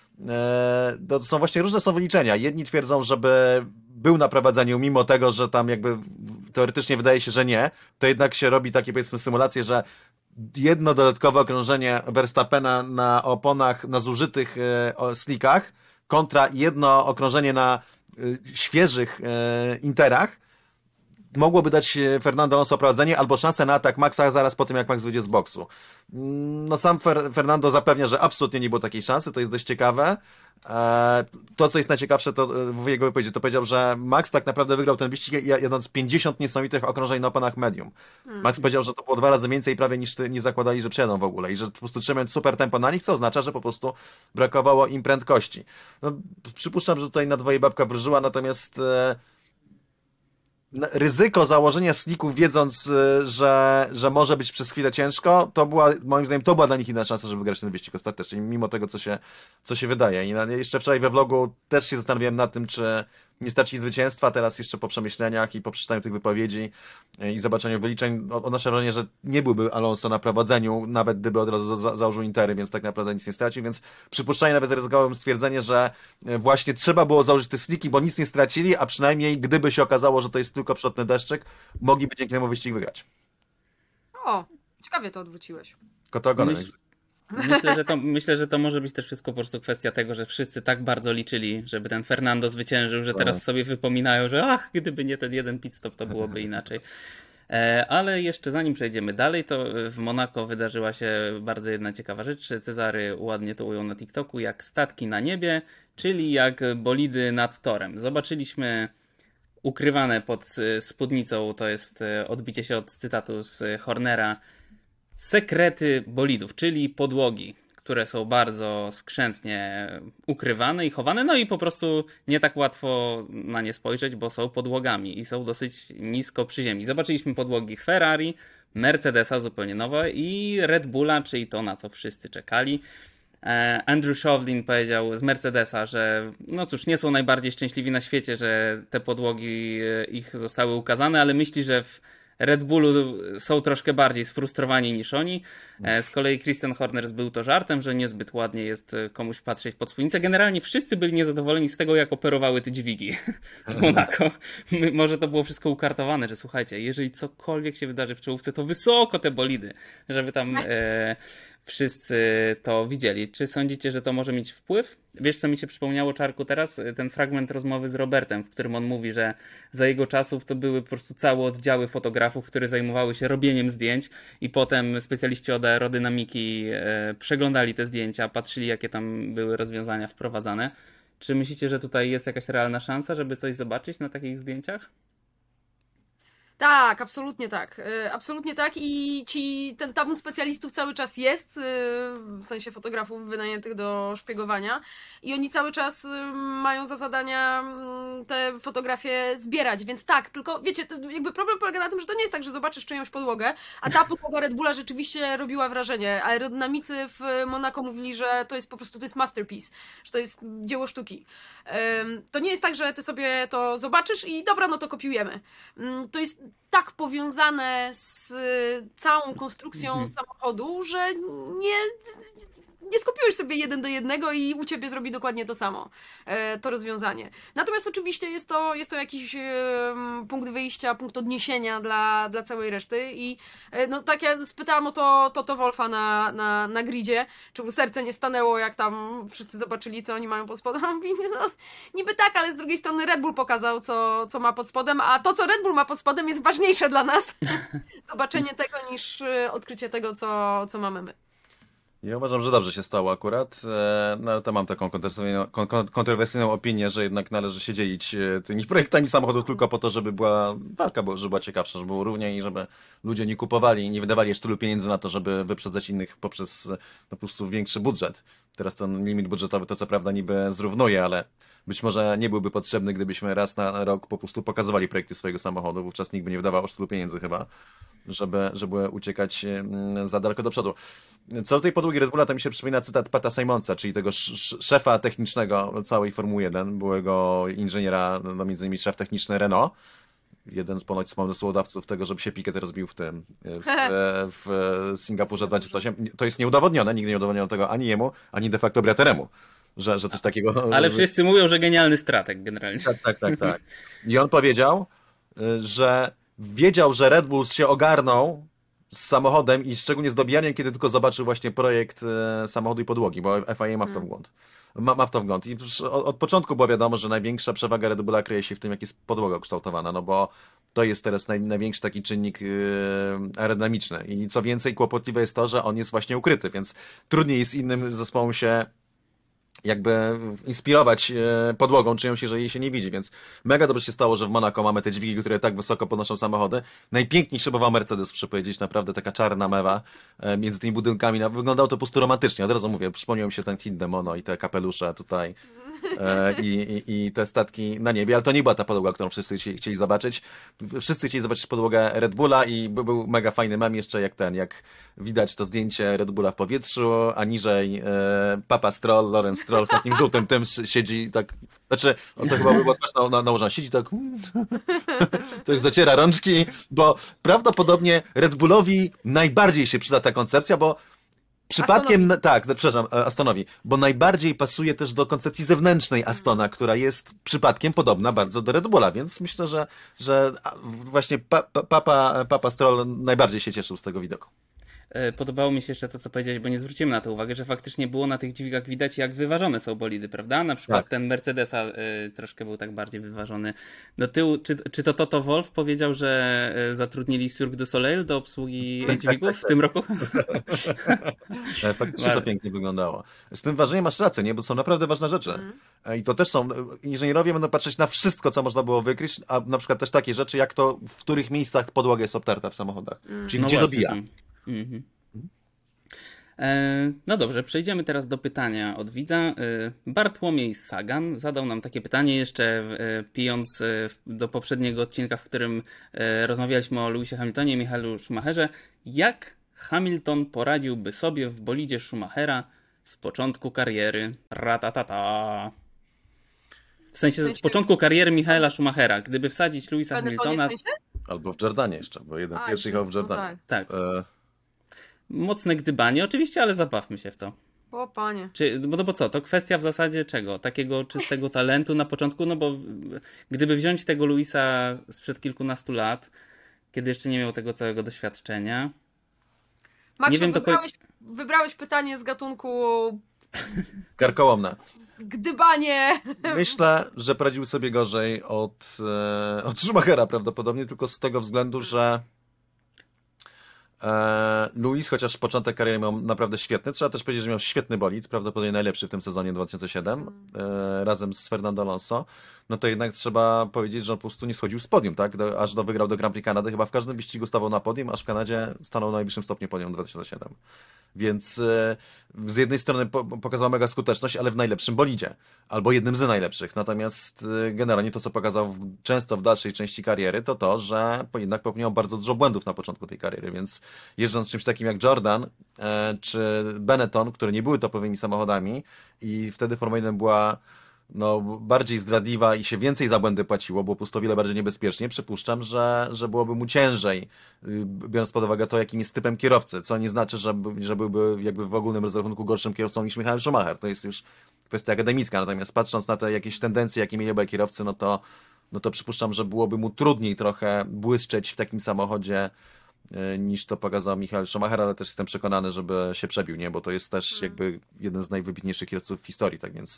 To są właśnie różne wyliczenia. Jedni twierdzą, żeby był na prowadzeniu, mimo tego, że tam jakby teoretycznie wydaje się, że nie, to jednak się robi takie, powiedzmy, symulacje, że jedno dodatkowe okrążenie Verstappena na oponach, na zużytych slickach kontra jedno okrążenie na świeżych Interach mogłoby dać Fernando Alonso prowadzenie albo szansę na atak Maxa zaraz po tym, jak Max wyjdzie z boksu. No sam Fernando zapewnia, że absolutnie nie było takiej szansy, to jest dość ciekawe. To, co jest najciekawsze, to w jego wypowiedzi, to powiedział, że Max tak naprawdę wygrał ten wyścig jadąc 50 niesamowitych okrążeń na oponach medium. Max powiedział, że to było 2 razy więcej prawie niż nie zakładali, że przejadą w ogóle i że po prostu trzymając super tempo na nich, co oznacza, że po prostu brakowało im prędkości. No, przypuszczam, że tutaj na dwoje babka wróżyła, natomiast ryzyko założenia slicków, wiedząc, że może być przez chwilę ciężko, to była, moim zdaniem, to była dla nich inna szansa, żeby wygrać ten wyścig ostatecznie, mimo tego, co się wydaje. I jeszcze wczoraj we vlogu też się zastanawiałem nad tym, czy nie stracili zwycięstwa, teraz jeszcze po przemyśleniach i po przeczytaniu tych wypowiedzi i zobaczeniu wyliczeń, odnoszę wrażenie, że nie byłby Alonso na prowadzeniu, nawet gdyby od razu założył Intery, więc tak naprawdę nic nie stracił, więc przypuszczalnie nawet zaryzykowałem stwierdzenie, że właśnie trzeba było założyć te sliki, bo nic nie stracili, a przynajmniej gdyby się okazało, że to jest tylko przodny deszczyk, mogliby dzięki temu wyścig wygrać. O, ciekawie to odwróciłeś. Kota ogonem. Myśl- Myślę, że to może być też wszystko po prostu kwestia tego, że wszyscy tak bardzo liczyli, żeby ten Fernando zwyciężył, że teraz sobie wypominają, że gdyby nie ten jeden pit stop, to byłoby inaczej. Ale jeszcze zanim przejdziemy dalej, to w Monako wydarzyła się bardzo jedna ciekawa rzecz. Cezary ładnie to ujął na TikToku, jak statki na niebie, czyli jak bolidy nad torem. Zobaczyliśmy ukrywane pod spódnicą, to jest odbicie się od cytatu z Hornera, sekrety bolidów, czyli podłogi, które są bardzo skrzętnie ukrywane i chowane, no i po prostu nie tak łatwo na nie spojrzeć, bo są podłogami i są dosyć nisko przy ziemi. Zobaczyliśmy podłogi Ferrari, Mercedesa zupełnie nowe i Red Bulla, czyli to, na co wszyscy czekali. Andrew Shovlin powiedział z Mercedesa, że no cóż, nie są najbardziej szczęśliwi na świecie, że te podłogi ich zostały ukazane, ale myśli, że w Red Bullu są troszkę bardziej sfrustrowani niż oni. Z kolei Christian Horner zbył to żartem, że niezbyt ładnie jest komuś patrzeć pod spódnicę. Generalnie wszyscy byli niezadowoleni z tego, jak operowały te dźwigi w Monako. Może to było wszystko ukartowane, że słuchajcie, jeżeli cokolwiek się wydarzy w czołówce, to wysoko te bolidy, żeby tam wszyscy to widzieli. Czy sądzicie, że to może mieć wpływ? Wiesz, co mi się przypomniało, Czarku, teraz? Ten fragment rozmowy z Robertem, w którym on mówi, że za jego czasów to były po prostu całe oddziały fotografów, które zajmowały się robieniem zdjęć i potem specjaliści od aerodynamiki przeglądali te zdjęcia, patrzyli, jakie tam były rozwiązania wprowadzane. Czy myślicie, że tutaj jest jakaś realna szansa, żeby coś zobaczyć na takich zdjęciach? Tak, absolutnie tak. Absolutnie tak i ten tabun specjalistów cały czas jest, w sensie fotografów wynajętych do szpiegowania i oni cały czas mają za zadania te fotografie zbierać, więc tak, tylko wiecie, jakby problem polega na tym, że to nie jest tak, że zobaczysz czyjąś podłogę, a ta podłoga Red Bulla rzeczywiście robiła wrażenie. Aerodynamicy w Monako mówili, że to jest po prostu, to jest masterpiece, że to jest dzieło sztuki. To nie jest tak, że ty sobie to zobaczysz i dobra, no to kopiujemy. To jest tak powiązane z całą konstrukcją samochodu, że nie skopiujesz sobie 1 do 1 i u ciebie zrobi dokładnie to samo, to rozwiązanie. Natomiast oczywiście jest to jakiś punkt wyjścia, punkt odniesienia dla całej reszty i no tak ja spytałam o to Wolfa na gridzie, czy mu serce nie stanęło, jak tam wszyscy zobaczyli, co oni mają pod spodem. On mówi, no, niby tak, ale z drugiej strony Red Bull pokazał, co ma pod spodem, a to, co Red Bull ma pod spodem, jest ważniejsze dla nas, zobaczenie tego, niż odkrycie tego, co mamy my. Ja uważam, że dobrze się stało akurat, no ale to mam taką kontrowersyjną opinię, że jednak należy się dzielić tymi projektami samochodów tylko po to, żeby była walka, żeby była ciekawsza, żeby było równiej i żeby ludzie nie kupowali i nie wydawali jeszcze tylu pieniędzy na to, żeby wyprzedzać innych poprzez po prostu większy budżet. Teraz ten limit budżetowy to co prawda niby zrównuje, ale być może nie byłby potrzebny, gdybyśmy raz na rok po prostu pokazywali projekty swojego samochodu, wówczas nikt by nie wydawał aż tylu pieniędzy chyba, żeby uciekać za daleko do przodu. Co do tej podłogi Red Bulla, to mi się przypomina cytat Pata Simonsa, czyli tego szefa technicznego całej Formuły 1, byłego inżyniera, no między innymi szef techniczny Renault. Jeden z ponoć pomysłodawców tego, żeby się Piquet rozbił w Singapurze 2008. To jest nieudowodnione, nigdy nie udowodniono tego ani jemu, ani de facto Breteremu, że coś takiego... Ale wszyscy mówią, że genialny strateg generalnie. Tak. I on powiedział, że wiedział, że Red Bull się ogarnął z samochodem i szczególnie z dobijaniem, kiedy tylko zobaczył właśnie projekt samochodu i podłogi, bo FIA ma w to wgląd. Ma w to wgląd. I od początku było wiadomo, że największa przewaga Red Bulla kryje się w tym, jak jest podłoga kształtowana, no bo to jest teraz największy taki czynnik aerodynamiczny. I co więcej, kłopotliwe jest to, że on jest właśnie ukryty, więc trudniej jest innym zespołom się jakby inspirować podłogą czyjąś, jeżeli jej się nie widzi, więc mega dobrze się stało, że w Monako mamy te dźwigi, które tak wysoko podnoszą samochody. Najpiękniej szybował Mercedes, muszę powiedzieć, naprawdę taka czarna mewa między tymi budynkami. Wyglądało to po prostu romantycznie, od razu mówię, przypomniał mi się ten Hit Demono i te kapelusze tutaj i te statki na niebie, ale to nie była ta podłoga, którą wszyscy chcieli zobaczyć. Wszyscy chcieli zobaczyć podłogę Red Bulla i był mega fajny mem jeszcze jak widać to zdjęcie Red Bulla w powietrzu, a niżej Papa Stroll, Lawrence Stroll w takim żółtym tym siedzi tak, znaczy on to chyba było twarz nałożona, siedzi tak to już zaciera rączki, bo prawdopodobnie Red Bullowi najbardziej się przyda ta koncepcja, bo Przypadkiem, tak, przepraszam, Astonowi, bo najbardziej pasuje też do koncepcji zewnętrznej Astona, która jest przypadkiem podobna bardzo do Red Bulla, więc myślę, że właśnie Papa Stroll najbardziej się cieszył z tego widoku. Podobało mi się jeszcze to, co powiedziałeś, bo nie zwróciłem na to uwagę, że faktycznie było na tych dźwigach widać, jak wyważone są bolidy, prawda? Na przykład Tak. ten Mercedesa troszkę był tak bardziej wyważony do tyłu. Czy to Toto Wolff powiedział, że zatrudnili Cirque du Soleil do obsługi dźwigów w tym roku? Faktycznie to pięknie wyglądało. Z tym ważeniem masz rację, nie? Bo są naprawdę ważne rzeczy. I to też są, inżynierowie będą patrzeć na wszystko, co można było wykryć, a na przykład też takie rzeczy, jak to, w których miejscach podłoga jest obtarta w samochodach. Czyli gdzie właśnie, dobija. Mhm. No dobrze, przejdziemy teraz do pytania od widza. Bartłomiej Sagan zadał nam takie pytanie, jeszcze pijąc do poprzedniego odcinka, w którym rozmawialiśmy o Lewisie Hamiltonie i Michaelu Schumacherze. Jak Hamilton poradziłby sobie w bolidzie Schumachera z początku kariery? Ratatata. W sensie z początku kariery Michaela Schumachera. Gdyby wsadzić Lewisa Hamiltona... Albo w Jordanie jeszcze, bo jeden pierwszy jechał w Jordanie. Tak. Mocne gdybanie oczywiście, ale zabawmy się w to. O panie. Bo co, to kwestia w zasadzie czego? Takiego czystego talentu na początku, no bo gdyby wziąć tego Lewisa sprzed kilkunastu lat, kiedy jeszcze nie miał tego całego doświadczenia... Maksiu, nie wiem, wybrałeś pytanie z gatunku... Karkołomne. Gdybanie. Myślę, że poradził sobie gorzej od Schumachera prawdopodobnie, tylko z tego względu, że Lewis, chociaż początek kariery miał naprawdę świetny, trzeba też powiedzieć, że miał świetny bolid, prawdopodobnie najlepszy w tym sezonie 2007, razem z Fernando Alonso, no to jednak trzeba powiedzieć, że on po prostu nie schodził z podium, tak? Aż wygrał do Grand Prix Kanady, chyba w każdym wyścigu stawał na podium, aż w Kanadzie stanął na najwyższym stopniu podium 2007. Więc z jednej strony pokazał mega skuteczność, ale w najlepszym bolidzie, albo jednym z najlepszych. Natomiast generalnie to, co pokazał często w dalszej części kariery, to, że jednak popełniał bardzo dużo błędów na początku tej kariery, więc jeżdżąc czymś takim jak Jordan czy Benetton, które nie były topowymi samochodami i wtedy Formuła 1 była bardziej zdradliwa i się więcej za błędy płaciło, było po prostu o wiele bardziej niebezpiecznie, przypuszczam, że byłoby mu ciężej, biorąc pod uwagę to, jakim jest typem kierowcy, co nie znaczy, że byłby jakby w ogólnym rozrachunku gorszym kierowcą niż Michael Schumacher. To jest już kwestia akademicka, natomiast patrząc na te jakieś tendencje, jakie mieli obaj kierowcy, no to przypuszczam, że byłoby mu trudniej trochę błyszczeć w takim samochodzie, niż to pokazał Michael Schumacher, ale też jestem przekonany, żeby się przebił, nie? Bo to jest też jakby jeden z najwybitniejszych kierowców w historii, tak więc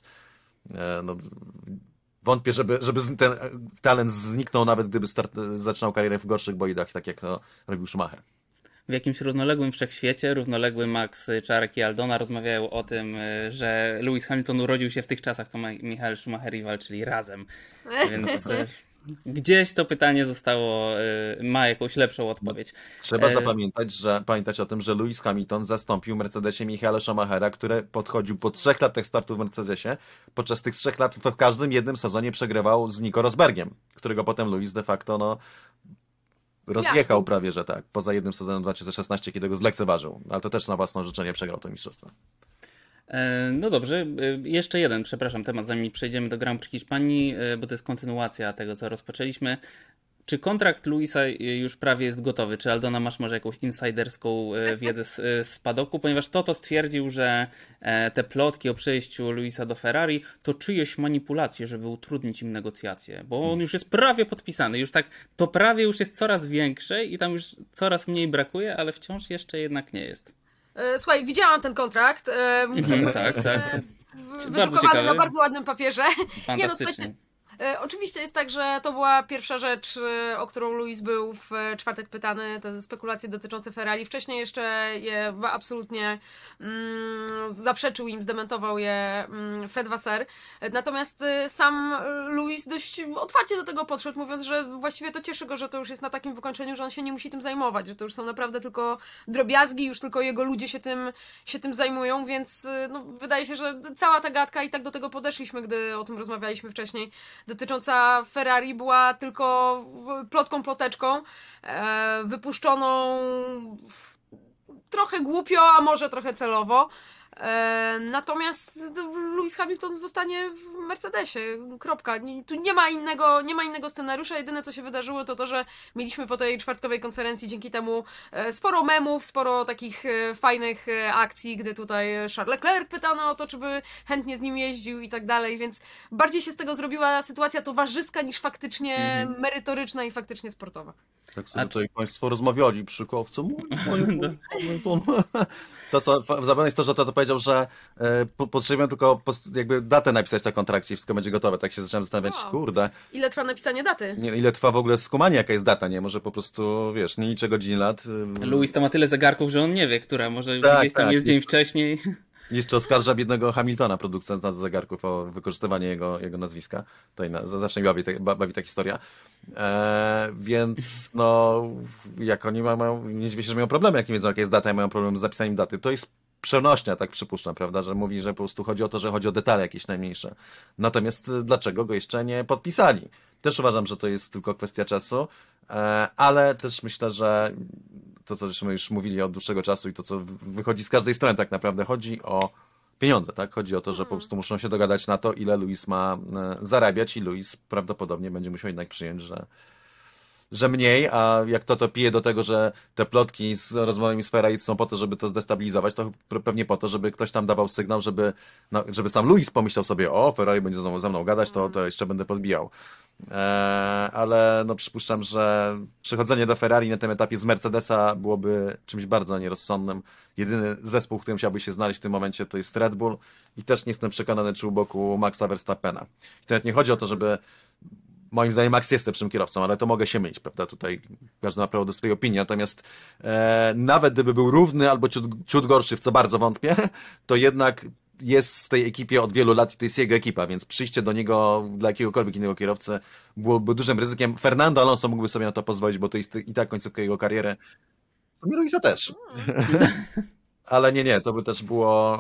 wątpię, żeby ten talent zniknął, nawet gdyby zaczynał karierę w gorszych bolidach, tak jak to robił Schumacher. W jakimś równoległym wszechświecie, równoległy Max Czarek i Aldona rozmawiają o tym, że Lewis Hamilton urodził się w tych czasach, co Michael Schumacher i walczyli razem. Więc gdzieś to pytanie ma jakąś lepszą odpowiedź. Trzeba pamiętać o tym, że Lewis Hamilton zastąpił w Mercedesie Michaela Schumachera, który podchodził po 3 latach startu w Mercedesie. Podczas tych 3 lat w każdym jednym sezonie przegrywał z Nico Rosbergiem, którego potem Lewis de facto rozjechał prawie, że tak. Poza jednym sezonem 2016, kiedy go zlekceważył. Ale to też na własne życzenie przegrał to mistrzostwo. No dobrze, jeszcze jeden, przepraszam, temat, zanim przejdziemy do Grand Prix Hiszpanii, bo to jest kontynuacja tego, co rozpoczęliśmy. Czy kontrakt Lewisa już prawie jest gotowy? Czy Aldona, masz może jakąś insiderską wiedzę z padoku? Ponieważ Toto stwierdził, że te plotki o przejściu Lewisa do Ferrari to czyjeś manipulacje, żeby utrudnić im negocjacje, bo on już jest prawie podpisany, już tak, to prawie już jest coraz większe i tam już coraz mniej brakuje, ale wciąż jeszcze jednak nie jest. Słuchaj, widziałam ten kontrakt. Tak. Wydrukowany na bardzo ładnym papierze. Fantastycznie. Oczywiście jest tak, że to była pierwsza rzecz, o którą Lewis był w czwartek pytany, te spekulacje dotyczące Ferrari. Wcześniej jeszcze je absolutnie zaprzeczył im, zdementował je Fred Vasseur. Natomiast sam Lewis dość otwarcie do tego podszedł, mówiąc, że właściwie to cieszy go, że to już jest na takim wykończeniu, że on się nie musi tym zajmować, że to już są naprawdę tylko drobiazgi, już tylko jego ludzie się tym zajmują, więc wydaje się, że cała ta gadka i tak do tego podeszliśmy, gdy o tym rozmawialiśmy wcześniej, dotycząca Ferrari była tylko ploteczką, wypuszczoną trochę głupio, a może trochę celowo. Natomiast Lewis Hamilton zostanie w Mercedesie. Kropka. Tu nie ma innego scenariusza. Jedyne, co się wydarzyło, to to, że mieliśmy po tej czwartkowej konferencji dzięki temu sporo memów, sporo takich fajnych akcji, gdy tutaj Charles Leclerc pytano o to, czy by chętnie z nim jeździł i tak dalej, więc bardziej się z tego zrobiła sytuacja towarzyska niż faktycznie merytoryczna i faktycznie sportowa. Tak sobie tutaj Państwo rozmawiali przy kowcu. To, co zabawne jest to, że to powiedział, że potrzebują tylko jakby datę napisać na kontrakcie i wszystko będzie gotowe. Tak się zacząłem zastanawiać, Wow. kurde, Ile trwa napisanie daty? ile trwa w ogóle skumanie, jaka jest data, nie? Może po prostu, wiesz, nie liczę godzin, lat. Lewis tam ma tyle zegarków, że on nie wie, która. Może Tak, gdzieś tam tak, jest dzień jeszcze- wcześniej. Jeszcze oskarża biednego Hamiltona, producenta zegarków, o wykorzystywanie jego nazwiska. Zawsze mnie bawi ta historia. Więc no, jak oni nie dziwię się, że mają problemy, jak nie wiedzą, jaka jest data i mają problem z zapisaniem daty. To jest przenośnia, tak przypuszczam, prawda, że mówi, że po prostu chodzi o to, że chodzi o detale jakieś najmniejsze. Natomiast dlaczego go jeszcze nie podpisali? Też uważam, że to jest tylko kwestia czasu, ale też myślę, że to, co żeśmy już mówili od dłuższego czasu i to, co wychodzi z każdej strony tak naprawdę, chodzi o pieniądze, tak? Chodzi o to, że po prostu muszą się dogadać na to, ile Lewis ma zarabiać i Lewis prawdopodobnie będzie musiał jednak przyjąć, że mniej, a jak to pije do tego, że te plotki z rozmowami z Ferrari są po to, żeby to zdestabilizować, to pewnie po to, żeby ktoś tam dawał sygnał, żeby sam Lewis pomyślał sobie, o, Ferrari będzie znowu ze mną gadać, to jeszcze będę podbijał. Ale no przypuszczam, że przychodzenie do Ferrari na tym etapie z Mercedesa byłoby czymś bardzo nierozsądnym. Jedyny zespół, w którym chciałby się znaleźć w tym momencie, to jest Red Bull i też nie jestem przekonany, czy u boku Maxa Verstappena. I to nawet nie chodzi o to, żeby moim zdaniem Max jest lepszym kierowcą, ale to mogę się mylić, prawda? Tutaj każdy ma prawo do swojej opinii, natomiast nawet gdyby był równy albo ciut gorszy, w co bardzo wątpię, to jednak jest w tej ekipie od wielu lat i to jest jego ekipa, więc przyjście do niego dla jakiegokolwiek innego kierowcy byłoby dużym ryzykiem. Fernando Alonso mógłby sobie na to pozwolić, bo to jest i tak końcówka jego kariery. Luisa też. Ale nie, to by też było...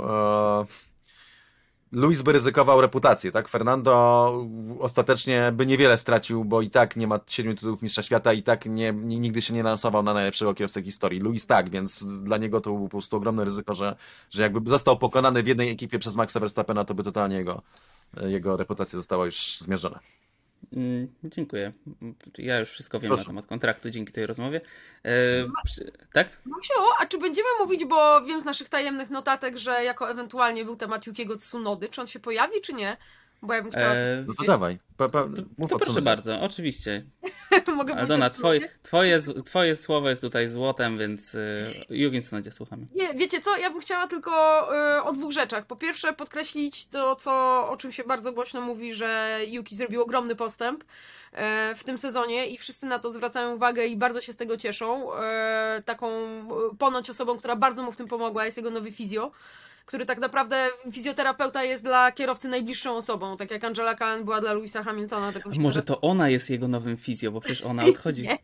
Lewis by ryzykował reputację, tak? Fernando ostatecznie by niewiele stracił, bo i tak nie ma 7 tytułów mistrza świata, i tak nigdy się nie lansował na najlepszego kierowcę historii. Lewis tak, więc dla niego to było po prostu ogromne ryzyko, że jakby został pokonany w jednej ekipie przez Maxa Verstappena, to by totalnie jego reputacja została już zmierzona. Dziękuję. Ja już wszystko wiem Proszę. na temat kontraktu dzięki tej rozmowie. Tak? Maksiu, a czy będziemy mówić, bo wiem z naszych tajemnych notatek, że jako ewentualnie był temat Yukiego Tsunody, czy on się pojawi, czy nie? Bo ja bym chciała... No to dawaj. Mów To o proszę Tsunodzie. bardzo, oczywiście. Mogę powiedzieć Aldona, o Tsunodzie? twoje słowo jest tutaj złotem, więc Yuki Tsunodzie słuchamy. Nie, wiecie co, ja bym chciała tylko o dwóch rzeczach. Po pierwsze podkreślić to, o czym się bardzo głośno mówi, że Yuki zrobił ogromny postęp w tym sezonie i wszyscy na to zwracają uwagę i bardzo się z tego cieszą. Taką ponoć osobą, która bardzo mu w tym pomogła, jest jego nowy fizjo, który tak naprawdę fizjoterapeuta jest dla kierowcy najbliższą osobą, tak jak Angela Cullen była dla Lewisa Hamiltona. Tak mi się Może teraz... to ona jest jego nowym fizjo, bo przecież ona odchodzi. Nie.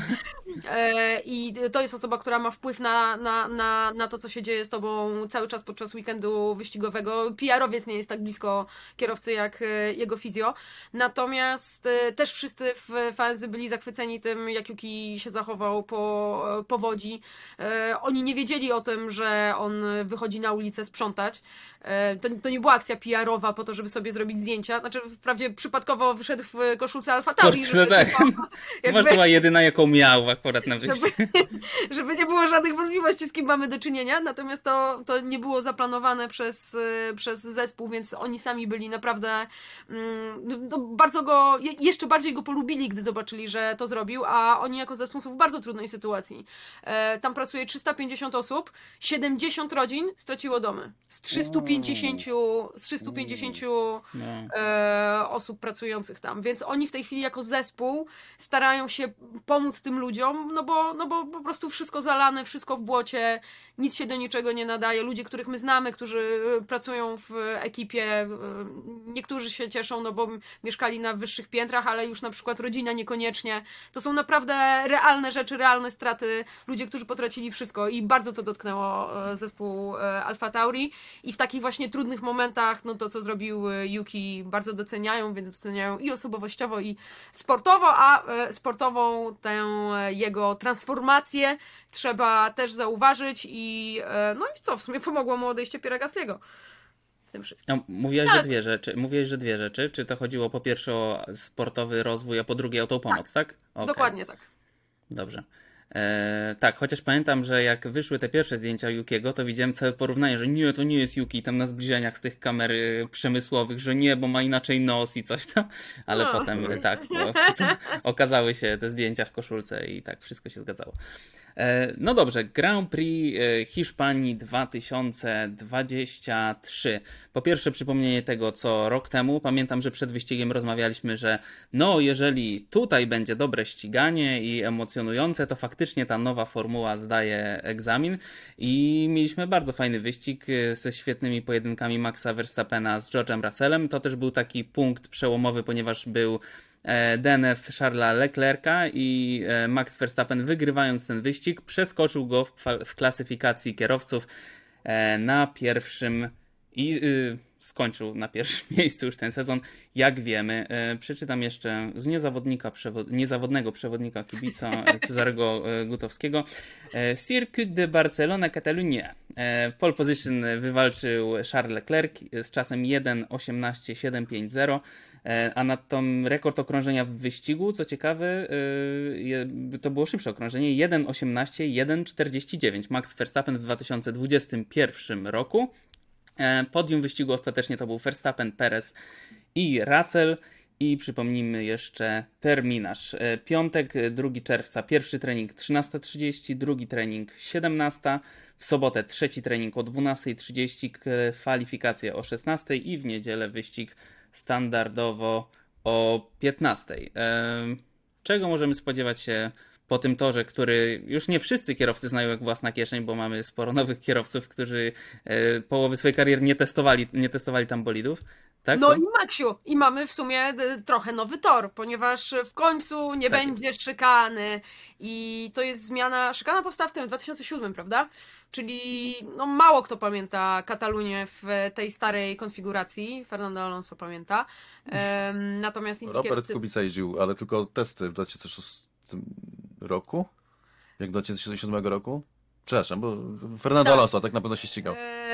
I to jest osoba, która ma wpływ na to, co się dzieje z tobą cały czas podczas weekendu wyścigowego. PR-owiec nie jest tak blisko kierowcy jak jego fizjo. Natomiast też wszyscy fans byli zachwyceni tym, jak Yuki się zachował po powodzi. Oni nie wiedzieli o tym, że on wychodzi na ulicę sprzątać. To nie była akcja PR-owa po to, żeby sobie zrobić zdjęcia. Znaczy, wprawdzie przypadkowo wyszedł w koszulce Alfa Tauri. Kurczę, tak. jakby- Może to była jedyna, jaką miał akurat na wyjściu. żeby nie było żadnych wątpliwości, z kim mamy do czynienia, natomiast to nie było zaplanowane przez zespół, więc oni sami byli naprawdę bardzo jeszcze bardziej go polubili, gdy zobaczyli, że to zrobił, a oni jako zespół są w bardzo trudnej sytuacji. Tam pracuje 350 osób, 70 rodzin straciło domy. Z 350 No. osób pracujących tam, więc oni w tej chwili jako zespół starają się pomóc tym ludziom, no bo po prostu wszystko zalane, wszystko w błocie, nic się do niczego nie nadaje. Ludzie, których my znamy, którzy pracują w ekipie, niektórzy się cieszą, no bo mieszkali na wyższych piętrach, ale już na przykład rodzina niekoniecznie. To są naprawdę realne rzeczy, realne straty, ludzie, którzy potracili wszystko i bardzo to dotknęło zespół Alfa Tauri i w takich właśnie trudnych momentach, no to co zrobił Yuki bardzo doceniają, więc doceniają i osobowościowo, i sportowo, a sportową tę jego transformację trzeba też zauważyć no i co, w sumie pomogło mu odejście Pierre'a Gasly'ego w tym wszystkim. No, mówiłeś, Tak. że dwie rzeczy. Czy to chodziło po pierwsze o sportowy rozwój, a po drugie o tą pomoc, tak? Okej. Dokładnie tak. Dobrze. Tak, chociaż pamiętam, że jak wyszły te pierwsze zdjęcia Yukiego, to widziałem całe porównanie, że nie, to nie jest Yuki, tam na zbliżeniach z tych kamer przemysłowych, że nie, bo ma inaczej nos i coś tam, ale No. potem tak, okazały się te zdjęcia w koszulce i tak, wszystko się zgadzało. No dobrze, Grand Prix Hiszpanii 2023. Po pierwsze przypomnienie tego, co rok temu. Pamiętam, że przed wyścigiem rozmawialiśmy, że no jeżeli tutaj będzie dobre ściganie i emocjonujące, to faktycznie ta nowa formuła zdaje egzamin i mieliśmy bardzo fajny wyścig ze świetnymi pojedynkami Maxa Verstappena z George'em Russellem. To też był taki punkt przełomowy, ponieważ był DNF Charlesa Leclerca i Max Verstappen, wygrywając ten wyścig, przeskoczył go w klasyfikacji kierowców na pierwszym i skończył na pierwszym miejscu już ten sezon, jak wiemy. Przeczytam jeszcze z niezawodnego przewodnika kibica Cezarego Gutowskiego. Circuit de Barcelona, Catalunya. Pole position wywalczył Charles Leclerc z czasem 1:18.750. A na tą rekord okrążenia w wyścigu, co ciekawe, to było szybsze okrążenie, 1:18.149. Max Verstappen w 2021 roku. Podium wyścigu ostatecznie to był Verstappen, Perez i Russell. I przypomnijmy jeszcze terminarz. Piątek, 2 czerwca, pierwszy trening 13:30, drugi trening 17:00. W sobotę trzeci trening o 12:30, kwalifikacje o 16:00 i w niedzielę wyścig standardowo o 15:00. Czego możemy spodziewać się po tym torze, który już nie wszyscy kierowcy znają jak własna kieszeń, bo mamy sporo nowych kierowców, którzy połowy swojej kariery nie testowali tam bolidów. Tak, No co? i Maksiu, i mamy w sumie trochę nowy tor, ponieważ w końcu nie Tak będzie szykany i to jest zmiana, szykana powstała w tym 2007, prawda? Czyli no mało kto pamięta Katalunię w tej starej konfiguracji, Fernando Alonso pamięta, natomiast inni Robert kierowcy... Kubica jeździł, ale tylko testy w 2006 roku? Jak w 2007 roku? Przepraszam, bo Fernando Tak. Alonso tak na pewno się ścigał.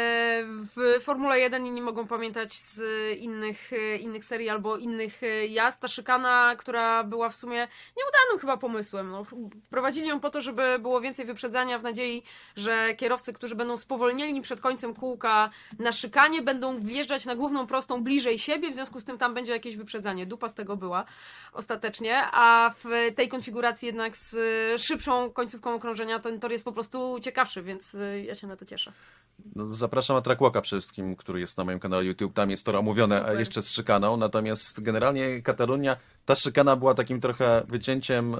W Formule 1 inni mogą pamiętać z innych serii albo innych jazd. Ta szykana, która była w sumie nieudanym chyba pomysłem. No, wprowadzili ją po to, żeby było więcej wyprzedzania w nadziei, że kierowcy, którzy będą spowolnieni przed końcem kółka na szykanie, będą wjeżdżać na główną prostą bliżej siebie, w związku z tym tam będzie jakieś wyprzedzanie. Dupa z tego była ostatecznie, a w tej konfiguracji jednak z szybszą końcówką okrążenia ten tor jest po prostu ciekawszy, więc ja się na to cieszę. No, zapraszam na Trackwalka przede wszystkim, który jest na moim kanale YouTube. Tam jest to omówione Super. jeszcze z szykaną. Natomiast generalnie Katalunia, ta szykana była takim trochę wycięciem.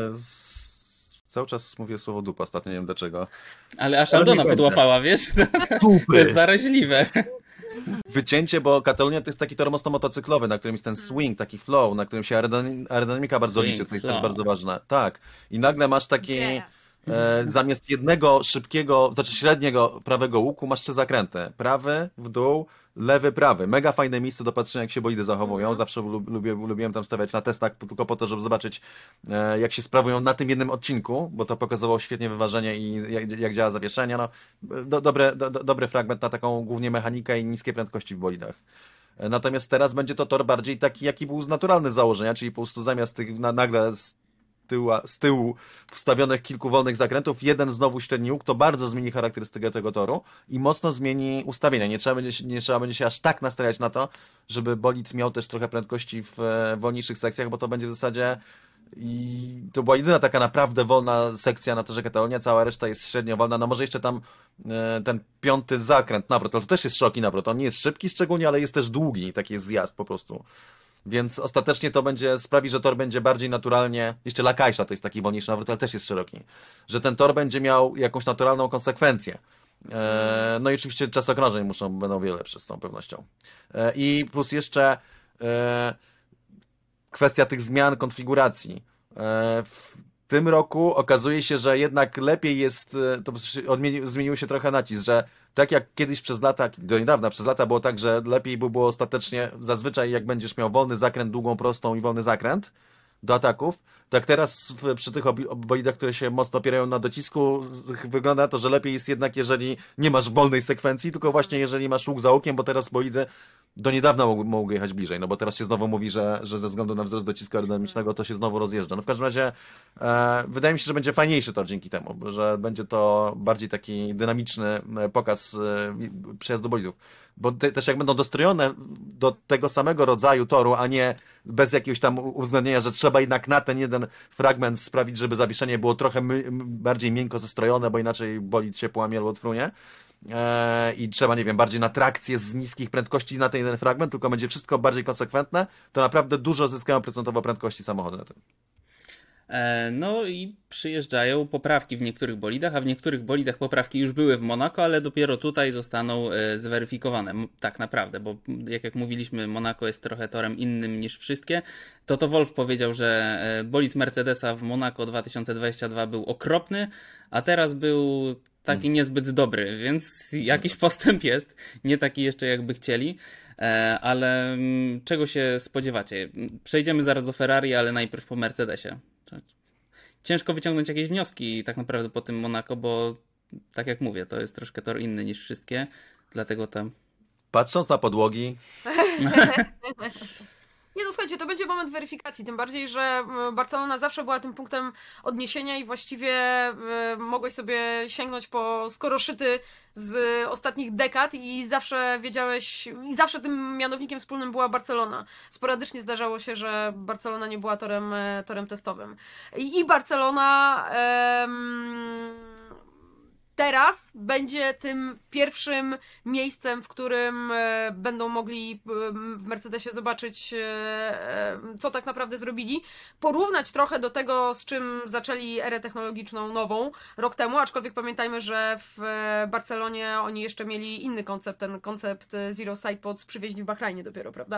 Cały czas mówię słowo dupa ostatnio, nie wiem dlaczego. Ale aż Ale Aldona nie będę. podłapała, wiesz? To jest zaraźliwe. Wycięcie, bo Katalunia to jest taki tor mocno motocyklowy, na którym jest ten swing, taki flow, na którym się aerodynamika bardzo Swing, liczy, to jest flow. też bardzo ważne. Tak. I nagle masz taki, Yes. zamiast jednego szybkiego, znaczy średniego prawego łuku, masz 3 zakręty. Prawy, w dół, lewy, prawy. Mega fajne miejsce do patrzenia, jak się bolidy zachowują. Zawsze lubiłem tam stawiać na testach, tylko po to, żeby zobaczyć, jak się sprawują na tym jednym odcinku, bo to pokazywało świetnie wyważenie i jak działa zawieszenie. No, dobry fragment na taką głównie mechanikę i niskie prędkości w bolidach. Natomiast teraz będzie to tor bardziej taki, jaki był z naturalny z założenia, czyli po prostu zamiast tych nagle z tyłu wstawionych kilku wolnych zakrętów, jeden znowu średni łuk, to bardzo zmieni charakterystykę tego toru i mocno zmieni ustawienia. Nie trzeba będzie się aż tak nastawiać na to, żeby bolid miał też trochę prędkości w wolniejszych sekcjach, bo to będzie w zasadzie i to była jedyna taka naprawdę wolna sekcja na torze Katalonia, cała reszta jest średnio wolna. No może jeszcze tam ten 5. zakręt, nawrot, ale to też jest szeroki nawrot. On nie jest szybki szczególnie, ale jest też długi, taki jest zjazd po prostu. Więc ostatecznie to sprawi, że tor będzie bardziej naturalnie, jeszcze La Caixa to jest taki wolniejszy nawrót, ale też jest szeroki, że ten tor będzie miał jakąś naturalną konsekwencję. No i oczywiście czas okrążeń będą wiele lepsze z tą pewnością. I plus jeszcze kwestia tych zmian konfiguracji. W tym roku okazuje się, że jednak lepiej jest, zmienił się trochę nacisk, że tak jak kiedyś przez lata, do niedawna przez lata było tak, że lepiej by było ostatecznie, zazwyczaj jak będziesz miał wolny zakręt, długą prostą i wolny zakręt, do ataków, tak teraz przy tych bolidach, które się mocno opierają na docisku, wygląda to, że lepiej jest jednak, jeżeli nie masz wolnej sekwencji, tylko właśnie jeżeli masz łuk za łukiem, bo teraz bolidy do niedawna mogły jechać bliżej, no bo teraz się znowu mówi, że ze względu na wzrost docisku aerodynamicznego to się znowu rozjeżdża. No w każdym razie wydaje mi się, że będzie fajniejszy tor dzięki temu, że będzie to bardziej taki dynamiczny pokaz przejazdu bolidów. Bo też jak będą dostrojone do tego samego rodzaju toru, a nie bez jakiegoś tam uwzględnienia, że trzeba jednak na ten jeden fragment sprawić, żeby zawieszenie było trochę bardziej miękko zestrojone, bo inaczej bolid się połamie albo odfrunie. I trzeba, nie wiem, bardziej na trakcję z niskich prędkości na ten jeden fragment, tylko będzie wszystko bardziej konsekwentne, to naprawdę dużo zyskają procentowo prędkości samochody na tym. No i przyjeżdżają poprawki w niektórych bolidach, a w niektórych bolidach poprawki już były w Monako, ale dopiero tutaj zostaną zweryfikowane tak naprawdę, bo jak mówiliśmy, Monako jest trochę torem innym niż wszystkie. Toto Wolff powiedział, że bolid Mercedesa w Monako 2022 był okropny, a teraz był taki niezbyt dobry, więc jakiś postęp jest, nie taki jeszcze jakby chcieli. Ale czego się spodziewacie? Przejdziemy zaraz do Ferrari, ale najpierw po Mercedesie. Ciężko wyciągnąć jakieś wnioski tak naprawdę po tym Monako, bo tak jak mówię, to jest troszkę tor inny niż wszystkie, dlatego tam... Patrząc na podłogi... Nie, no słuchajcie, to będzie moment weryfikacji, tym bardziej, że Barcelona zawsze była tym punktem odniesienia i właściwie mogłeś sobie sięgnąć po skoroszyty z ostatnich dekad i zawsze wiedziałeś, i zawsze tym mianownikiem wspólnym była Barcelona. Sporadycznie zdarzało się, że Barcelona nie była torem testowym. I Barcelona... teraz będzie tym pierwszym miejscem, w którym będą mogli w Mercedesie zobaczyć, co tak naprawdę zrobili. Porównać trochę do tego, z czym zaczęli erę technologiczną nową rok temu, aczkolwiek pamiętajmy, że w Barcelonie oni jeszcze mieli inny koncept, ten koncept Zero Sidepods przywieźli w Bahrajnie dopiero, prawda?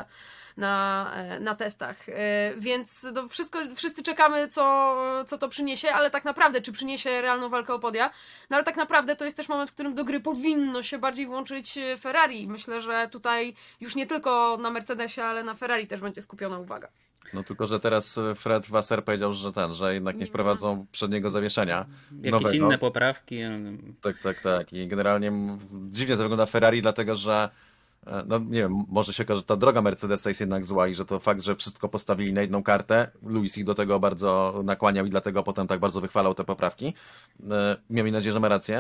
Na testach. Więc no wszyscy czekamy, co to przyniesie, ale tak naprawdę, czy przyniesie realną walkę o podia, no ale tak naprawdę to jest też moment, w którym do gry powinno się bardziej włączyć Ferrari. Myślę, że tutaj już nie tylko na Mercedesie, ale na Ferrari też będzie skupiona uwaga. No tylko, że teraz Fred Vasseur powiedział, że jednak nie wprowadzą przedniego zawieszenia Jakieś nowego. inne poprawki. Tak. I generalnie dziwnie to wygląda Ferrari, dlatego że no nie wiem, może się okaże, że ta droga Mercedesa jest jednak zła i że to fakt, że wszystko postawili na jedną kartę, Lewis ich do tego bardzo nakłaniał i dlatego potem tak bardzo wychwalał te poprawki. Miałem nadzieję, że ma rację.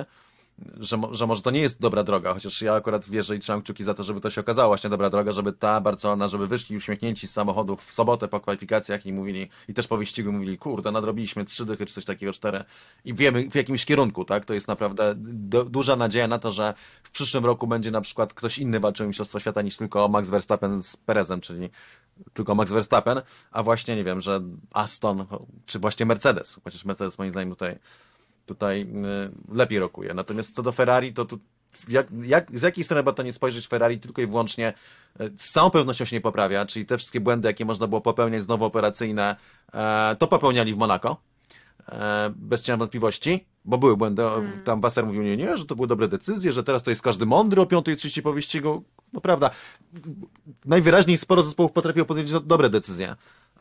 Że może to nie jest dobra droga, chociaż ja akurat wierzę i trzymam kciuki za to, żeby to się okazało właśnie dobra droga, żeby ta Barcelona, żeby wyszli uśmiechnięci z samochodów w sobotę po kwalifikacjach i mówili, i też po wyścigu mówili, kurde, nadrobiliśmy 3 dychy czy coś takiego, 4 i wiemy w jakimś kierunku, tak? To jest naprawdę duża nadzieja na to, że w przyszłym roku będzie na przykład ktoś inny walczył o Mistrzostwo Świata niż tylko Max Verstappen z Perezem, czyli tylko Max Verstappen, a właśnie, nie wiem, że Aston, czy właśnie Mercedes, chociaż Mercedes moim zdaniem tutaj lepiej rokuje. Natomiast co do Ferrari, to tu z jakiej strony by to nie spojrzeć, Ferrari tylko i wyłącznie z całą pewnością się nie poprawia, czyli te wszystkie błędy, jakie można było popełniać znowu operacyjne, to popełniali w Monako. Bez cienia wątpliwości, bo były błędy. Tam Vasseur mówił, nie, że to były dobre decyzje, że teraz to jest każdy mądry o 5:30 po wyścigu. No prawda. Najwyraźniej sporo zespołów potrafiło podjąć dobre decyzje.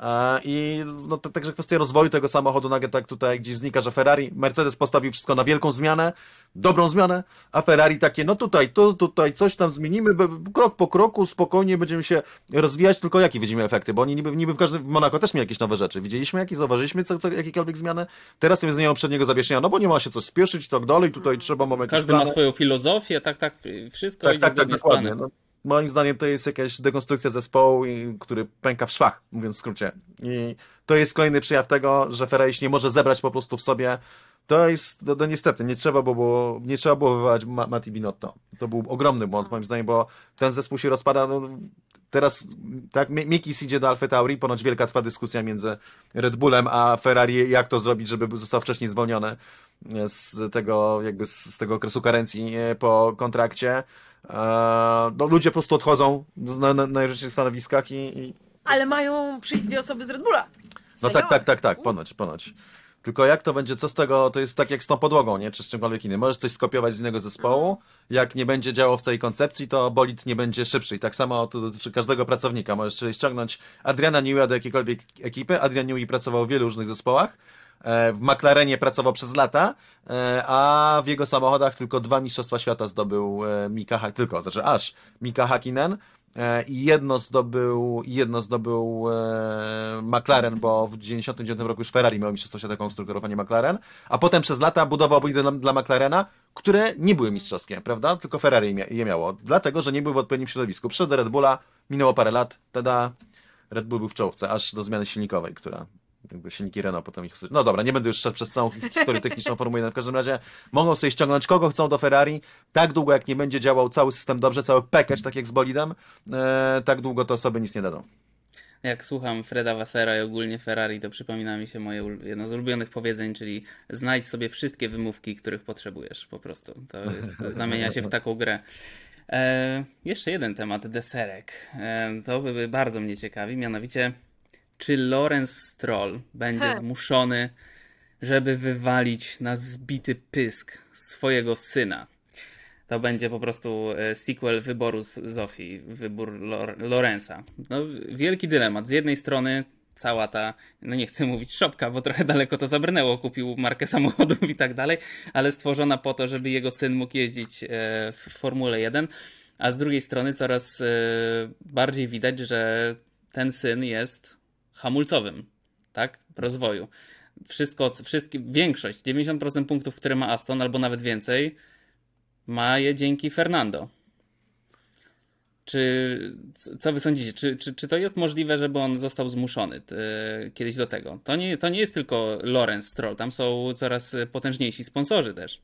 I no, także kwestia rozwoju tego samochodu nagle tak tutaj gdzieś znika, że Mercedes postawił wszystko na wielką zmianę, dobrą zmianę, a Ferrari takie, no tutaj coś tam zmienimy, krok po kroku, spokojnie będziemy się rozwijać, tylko jakie widzimy efekty, bo oni niby w Monako też mieli jakieś nowe rzeczy. Widzieliśmy jakieś, zauważyliśmy jakiekolwiek zmiany? Teraz nie zmieniają przedniego zawieszenia, no bo nie ma się coś spieszyć i tak dalej, tutaj trzeba mamy jakieś Każdy plany. ma swoją filozofię, tak, wszystko idzie Tak, zgodnie z dokładnie. planem. No, moim zdaniem to jest jakaś dekonstrukcja zespołu, który pęka w szwach, mówiąc w skrócie. I to jest kolejny przejaw tego, że Ferrari się nie może zebrać po prostu w sobie. To jest, no niestety, nie trzeba było wywalać Matti Binotto. To był ogromny błąd, moim zdaniem, bo ten zespół się rozpada. No, teraz tak, Mikis idzie do Alfy Tauri, ponoć wielka trwa dyskusja między Red Bullem a Ferrari, jak to zrobić, żeby został wcześniej zwolniony z tego okresu karencji po kontrakcie. No, ludzie po prostu odchodzą na najwyższych stanowiskach i Ale mają przyjść 2 osoby z Red Bulla. no tak, ponoć. Tylko jak to będzie, co z tego, to jest tak jak z tą podłogą, nie? Czy z czymkolwiek innym. Możesz coś skopiować z innego zespołu, jak nie będzie działał w całej koncepcji, to bolid nie będzie szybszy. I tak samo to dotyczy każdego pracownika. Możesz sobie ściągnąć Adriana Newey'a do jakiejkolwiek ekipy. Adrian Newey pracował w wielu różnych zespołach. W McLarenie pracował przez lata, a w jego samochodach tylko 2 mistrzostwa świata zdobył Mika Hakkinen. I jedno zdobył McLaren, bo w 1999 roku już Ferrari miało mistrzostwo świata konstruktorów, a nie McLaren, a potem przez lata budował bolidy dla McLarena, które nie były mistrzowskie, prawda? Tylko Ferrari je miało, dlatego, że nie były w odpowiednim środowisku. Przyszedł do Red Bulla, minęło parę lat, Red Bull był w czołówce, aż do zmiany silnikowej, która jakby silniki Renault potem ich... No dobra, nie będę już szedł przez całą historię techniczną Formuły 1. W każdym razie mogą sobie ściągnąć kogo chcą do Ferrari, tak długo jak nie będzie działał cały system dobrze, cały package, tak jak z bolidem, tak długo to sobie nic nie dadzą. Jak słucham Freda Wassera i ogólnie Ferrari, to przypomina mi się jedno z ulubionych powiedzeń, czyli znajdź sobie wszystkie wymówki, których potrzebujesz po prostu. To jest, zamienia się w taką grę. Jeszcze jeden temat, deserek. To by bardzo mnie ciekawi, mianowicie czy Lawrence Stroll będzie zmuszony, żeby wywalić na zbity pysk swojego syna. To będzie po prostu sequel wyboru Zofii, wybór Lawrence'a. No, wielki dylemat. Z jednej strony cała ta, no nie chcę mówić szopka, bo trochę daleko to zabrnęło, kupił markę samochodów i tak dalej, ale stworzona po to, żeby jego syn mógł jeździć w Formule 1, a z drugiej strony coraz bardziej widać, że ten syn jest hamulcowym, tak, rozwoju. Większość, 90% punktów, które ma Aston, albo nawet więcej, ma je dzięki Fernando. Co wy sądzicie? Czy to jest możliwe, żeby on został zmuszony kiedyś do tego? To nie jest tylko Lawrence Stroll, tam są coraz potężniejsi sponsorzy też.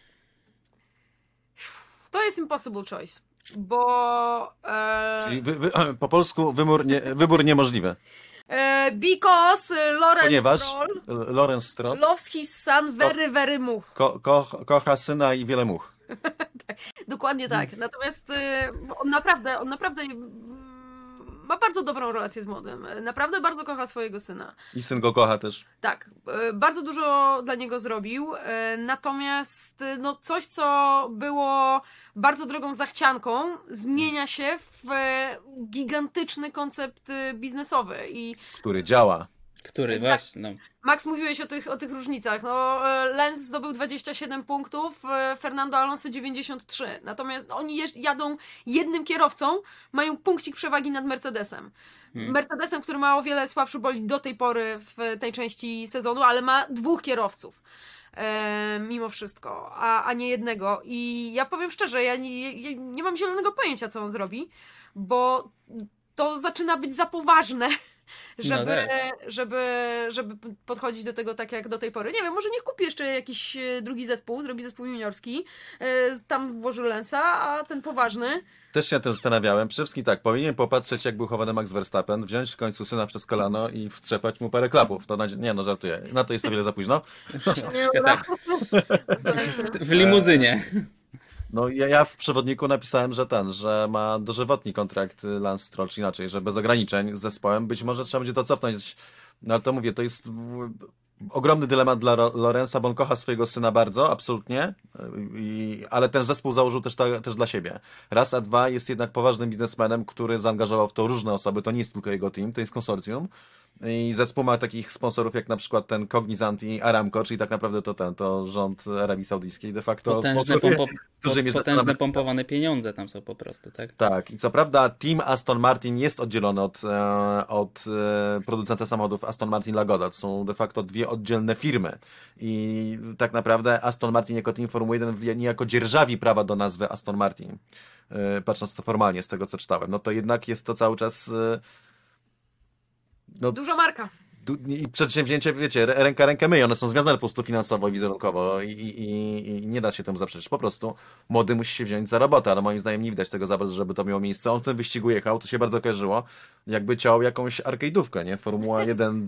To jest impossible choice, bo... Czyli po polsku wybór niemożliwy. Because Ponieważ Stroll Lawrence Stroll loves his son very, very much. kocha syna i wiele much. Dokładnie tak. Natomiast on naprawdę ma bardzo dobrą relację z młodym. Naprawdę bardzo kocha swojego syna. I syn go kocha też. Tak, bardzo dużo dla niego zrobił. Natomiast no, coś, co było bardzo drogą zachcianką, zmienia się w gigantyczny koncept biznesowy. Który działa. Który właśnie, no. Max, mówiłeś o tych różnicach. No, Lenz zdobył 27 punktów, Fernando Alonso 93. Natomiast oni jadą jednym kierowcą, mają punkcik przewagi nad Mercedesem. Mercedesem, który ma o wiele słabszy bolid do tej pory w tej części sezonu, ale ma 2 kierowców. Mimo wszystko, a nie jednego. I ja powiem szczerze, ja nie mam zielonego pojęcia, co on zrobi, bo to zaczyna być za poważne, żeby podchodzić do tego tak jak do tej pory. Nie wiem, może niech kupi jeszcze jakiś drugi zespół, zrobi zespół juniorski, tam włoży Lensa, a ten poważny... Też się nad tym zastanawiałem. Przede wszystkim tak, powinien popatrzeć, jak był chowany Max Verstappen, wziąć w końcu syna przez kolano i wstrzepać mu parę klapów. Nie no, żartuję. Na to jest o wiele za późno. Tak. W limuzynie. No ja w przewodniku napisałem, że ma dożywotni kontrakt Lance Stroll, czy inaczej, że bez ograniczeń z zespołem. Być może trzeba będzie to cofnąć. No ale to mówię, to jest ogromny dylemat dla Lawrence'a, bo on kocha swojego syna bardzo, absolutnie, ale ten zespół założył też dla siebie. Raz, a dwa, jest jednak poważnym biznesmenem, który zaangażował w to różne osoby, to nie jest tylko jego team, to jest konsorcjum. I zespół ma takich sponsorów jak na przykład ten Cognizant i Aramco, czyli tak naprawdę to rząd Arabii Saudyjskiej de facto potężne pompowane pieniądze tam są po prostu, tak? Tak, i co prawda team Aston Martin jest oddzielony od producenta samochodów Aston Martin Lagoda. To są de facto 2 oddzielne firmy i tak naprawdę Aston Martin jako team Formuły 1 niejako dzierżawi prawa do nazwy Aston Martin, patrząc to formalnie z tego, co czytałem. No to jednak jest to cały czas... Duża marka. I przedsięwzięcie, wiecie, ręka myje, one są związane po prostu finansowo i wizerunkowo i nie da się temu zaprzeczyć. Po prostu młody musi się wziąć za robotę, ale moim zdaniem nie widać tego za bardzo, żeby to miało miejsce. On w tym wyścigu jechał, to się bardzo kojarzyło, jakby ciął jakąś arcade'ówkę, nie? Formuła 1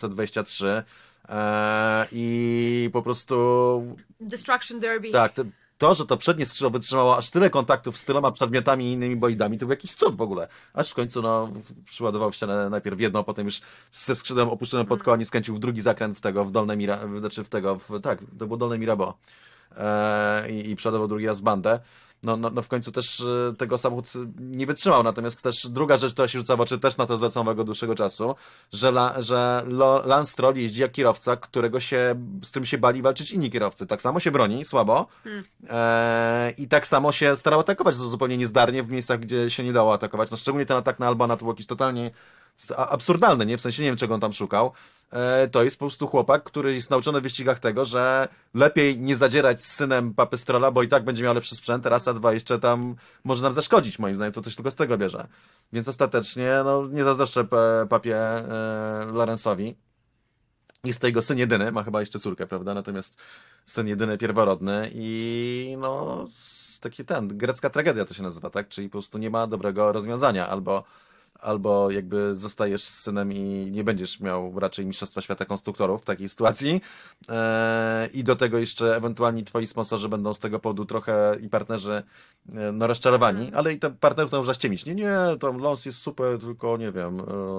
2023 i po prostu... Destruction Derby. Tak, to, że to przednie skrzydło wytrzymało aż tyle kontaktów z tyloma przedmiotami i innymi bolidami, to był jakiś cud w ogóle. Aż w końcu przyładował ścianę najpierw w jedną, potem już ze skrzydłem opuszczonym pod koła nie skręcił w drugi zakręt w dolne tak, to było dolne Mirabeau. I przeładował drugi raz bandę. No w końcu też tego samochód nie wytrzymał. Natomiast też druga rzecz, która się rzuca w oczy, też na to zwracam uwagę od dłuższego czasu, że Lance Stroll jeździ jak kierowca, z którym się bali walczyć inni kierowcy. Tak samo się broni, słabo. I tak samo się starał atakować zupełnie niezdarnie w miejscach, gdzie się nie dało atakować. No szczególnie ten atak na Albana to był jakiś totalnie absurdalny, nie? W sensie nie wiem, czego on tam szukał. To jest po prostu chłopak, który jest nauczony w wyścigach tego, że lepiej nie zadzierać z synem papy Strolla, bo i tak będzie miał lepszy sprzęt, raz, a dwa jeszcze tam może nam zaszkodzić, moim zdaniem, to też tylko z tego bierze. Więc ostatecznie, nie zazdroszczę papie Lorenzowi. Jest to jego syn jedyny, ma chyba jeszcze córkę, prawda? Natomiast syn jedyny, pierworodny i grecka tragedia to się nazywa, tak? Czyli po prostu nie ma dobrego rozwiązania, albo jakby zostajesz z synem i nie będziesz miał raczej Mistrzostwa Świata Konstruktorów w takiej sytuacji. I do tego jeszcze ewentualnie twoi sponsorzy będą z tego powodu trochę i partnerzy rozczarowani, ale i ten partnerów to można ściemić. Nie, tam Lance jest super, tylko nie wiem,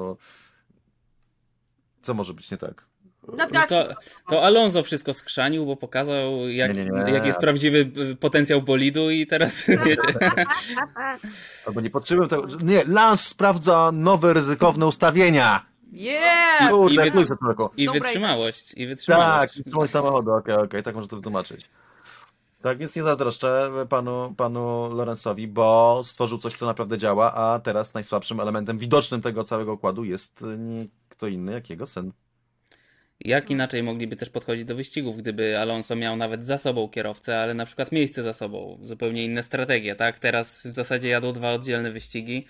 co może być nie tak. To Alonso wszystko skrzanił, bo pokazał, jak jest prawdziwy potencjał bolidu i teraz wiecie. Albo nie potrzebują tego. Nie, Lance sprawdza nowe, ryzykowne ustawienia. Yeah! Kurde, I wytrzymałość. I wytrzymałość. Tak, wytrzymałość samochodu, okej, tak można to wytłumaczyć. Tak, więc nie zazdroszczę panu Lorenzowi, bo stworzył coś, co naprawdę działa, a teraz najsłabszym elementem widocznym tego całego układu jest nie kto inny, jak jego syn. Jak inaczej mogliby też podchodzić do wyścigów, gdyby Alonso miał nawet za sobą kierowcę, ale na przykład miejsce za sobą, zupełnie inne strategie, tak? Teraz w zasadzie jadą dwa oddzielne wyścigi.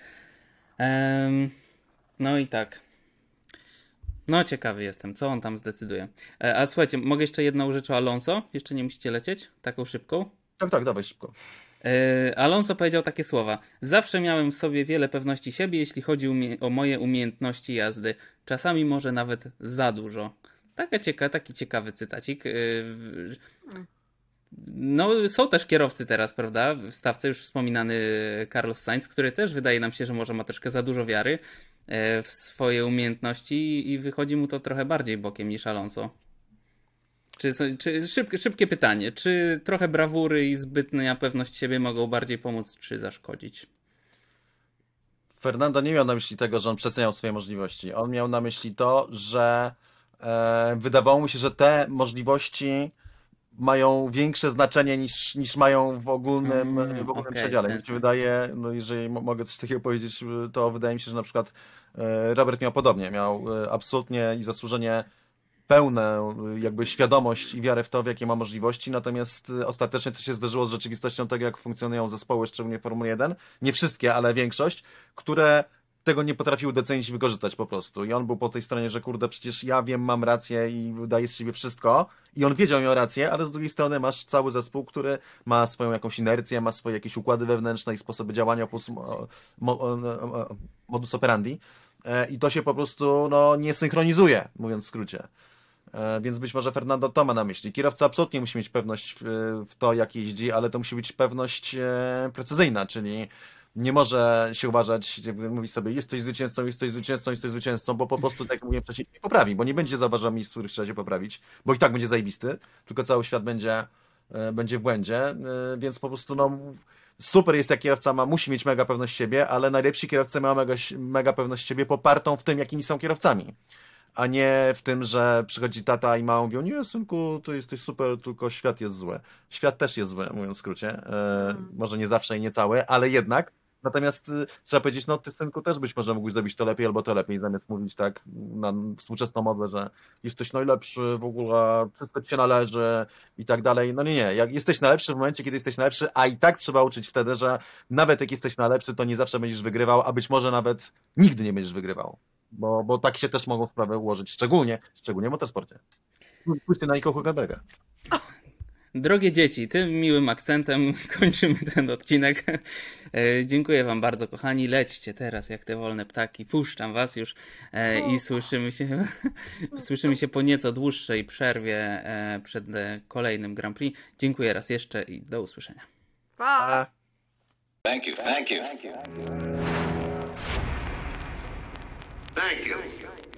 No i tak. No ciekawy jestem, co on tam zdecyduje. A słuchajcie, mogę jeszcze jedną rzecz o Alonso? Jeszcze nie musicie lecieć? Taką szybką? Tak, dawaj szybko. Alonso powiedział takie słowa. Zawsze miałem w sobie wiele pewności siebie, jeśli chodzi o moje umiejętności jazdy. Czasami może nawet za dużo. Taki ciekawy cytacik. No, są też kierowcy teraz, prawda? W stawce już wspominany Carlos Sainz, który też wydaje nam się, że może ma troszkę za dużo wiary w swoje umiejętności i wychodzi mu to trochę bardziej bokiem niż Alonso. Szybkie pytanie. Czy trochę brawury i zbytnia pewność siebie mogą bardziej pomóc, czy zaszkodzić? Fernando nie miał na myśli tego, że on przeceniał swoje możliwości. On miał na myśli to, że wydawało mu się, że te możliwości mają większe znaczenie niż mają w ogólnym przedziale. Mi się wydaje, jeżeli mogę coś takiego powiedzieć, to wydaje mi się, że na przykład Robert miał podobnie. Miał absolutnie i zasłużenie pełną jakby świadomość i wiarę w to, w jakie ma możliwości, natomiast ostatecznie to się zdarzyło z rzeczywistością tego, jak funkcjonują zespoły, szczególnie w Formule 1. Nie wszystkie, ale większość, które tego nie potrafiły docenić i wykorzystać po prostu. I on był po tej stronie, że kurde, przecież ja wiem, mam rację i wydaję z siebie wszystko. I on wiedział, miał rację, ale z drugiej strony masz cały zespół, który ma swoją jakąś inercję, ma swoje jakieś układy wewnętrzne i sposoby działania, modus operandi. I to się po prostu nie synchronizuje, mówiąc w skrócie. Więc być może Fernando to ma na myśli. Kierowca absolutnie musi mieć pewność w to, jak jeździ, ale to musi być pewność precyzyjna, czyli nie może się uważać, mówić sobie, jesteś zwycięzcą, bo po prostu, tak jak mówiłem wcześniej, nie poprawi, bo nie będzie zauważał miejsc, w których trzeba się poprawić, bo i tak będzie zajebisty, tylko cały świat będzie w błędzie, więc po prostu super jest, jak kierowca musi mieć mega pewność siebie, ale najlepsi kierowcy mają mega pewność siebie popartą w tym, jakimi są kierowcami. A nie w tym, że przychodzi tata i mama mówią, nie synku, to jesteś super, tylko świat jest zły. Świat też jest zły, mówiąc w skrócie. Może nie zawsze i nie cały, ale jednak. Natomiast trzeba powiedzieć, ty synku też być może mógłbyś zrobić to lepiej albo to lepiej, zamiast mówić tak na współczesną modłę, że jesteś najlepszy w ogóle, wszystko ci się należy i tak dalej. Nie. Jak jesteś najlepszy w momencie, kiedy jesteś najlepszy, a i tak trzeba uczyć wtedy, że nawet jak jesteś najlepszy, to nie zawsze będziesz wygrywał, a być może nawet nigdy nie będziesz wygrywał. Bo tak się też mogą sprawy ułożyć, szczególnie w motorsporcie. Pójdźcie na Nico Hülkenberga. Drogie dzieci, tym miłym akcentem kończymy ten odcinek. Dziękuję wam bardzo, kochani. Lećcie teraz jak te wolne ptaki. Puszczam was już i słyszymy się po nieco dłuższej przerwie przed kolejnym Grand Prix. Dziękuję raz jeszcze i do usłyszenia. Pa! Thank you. Thank you.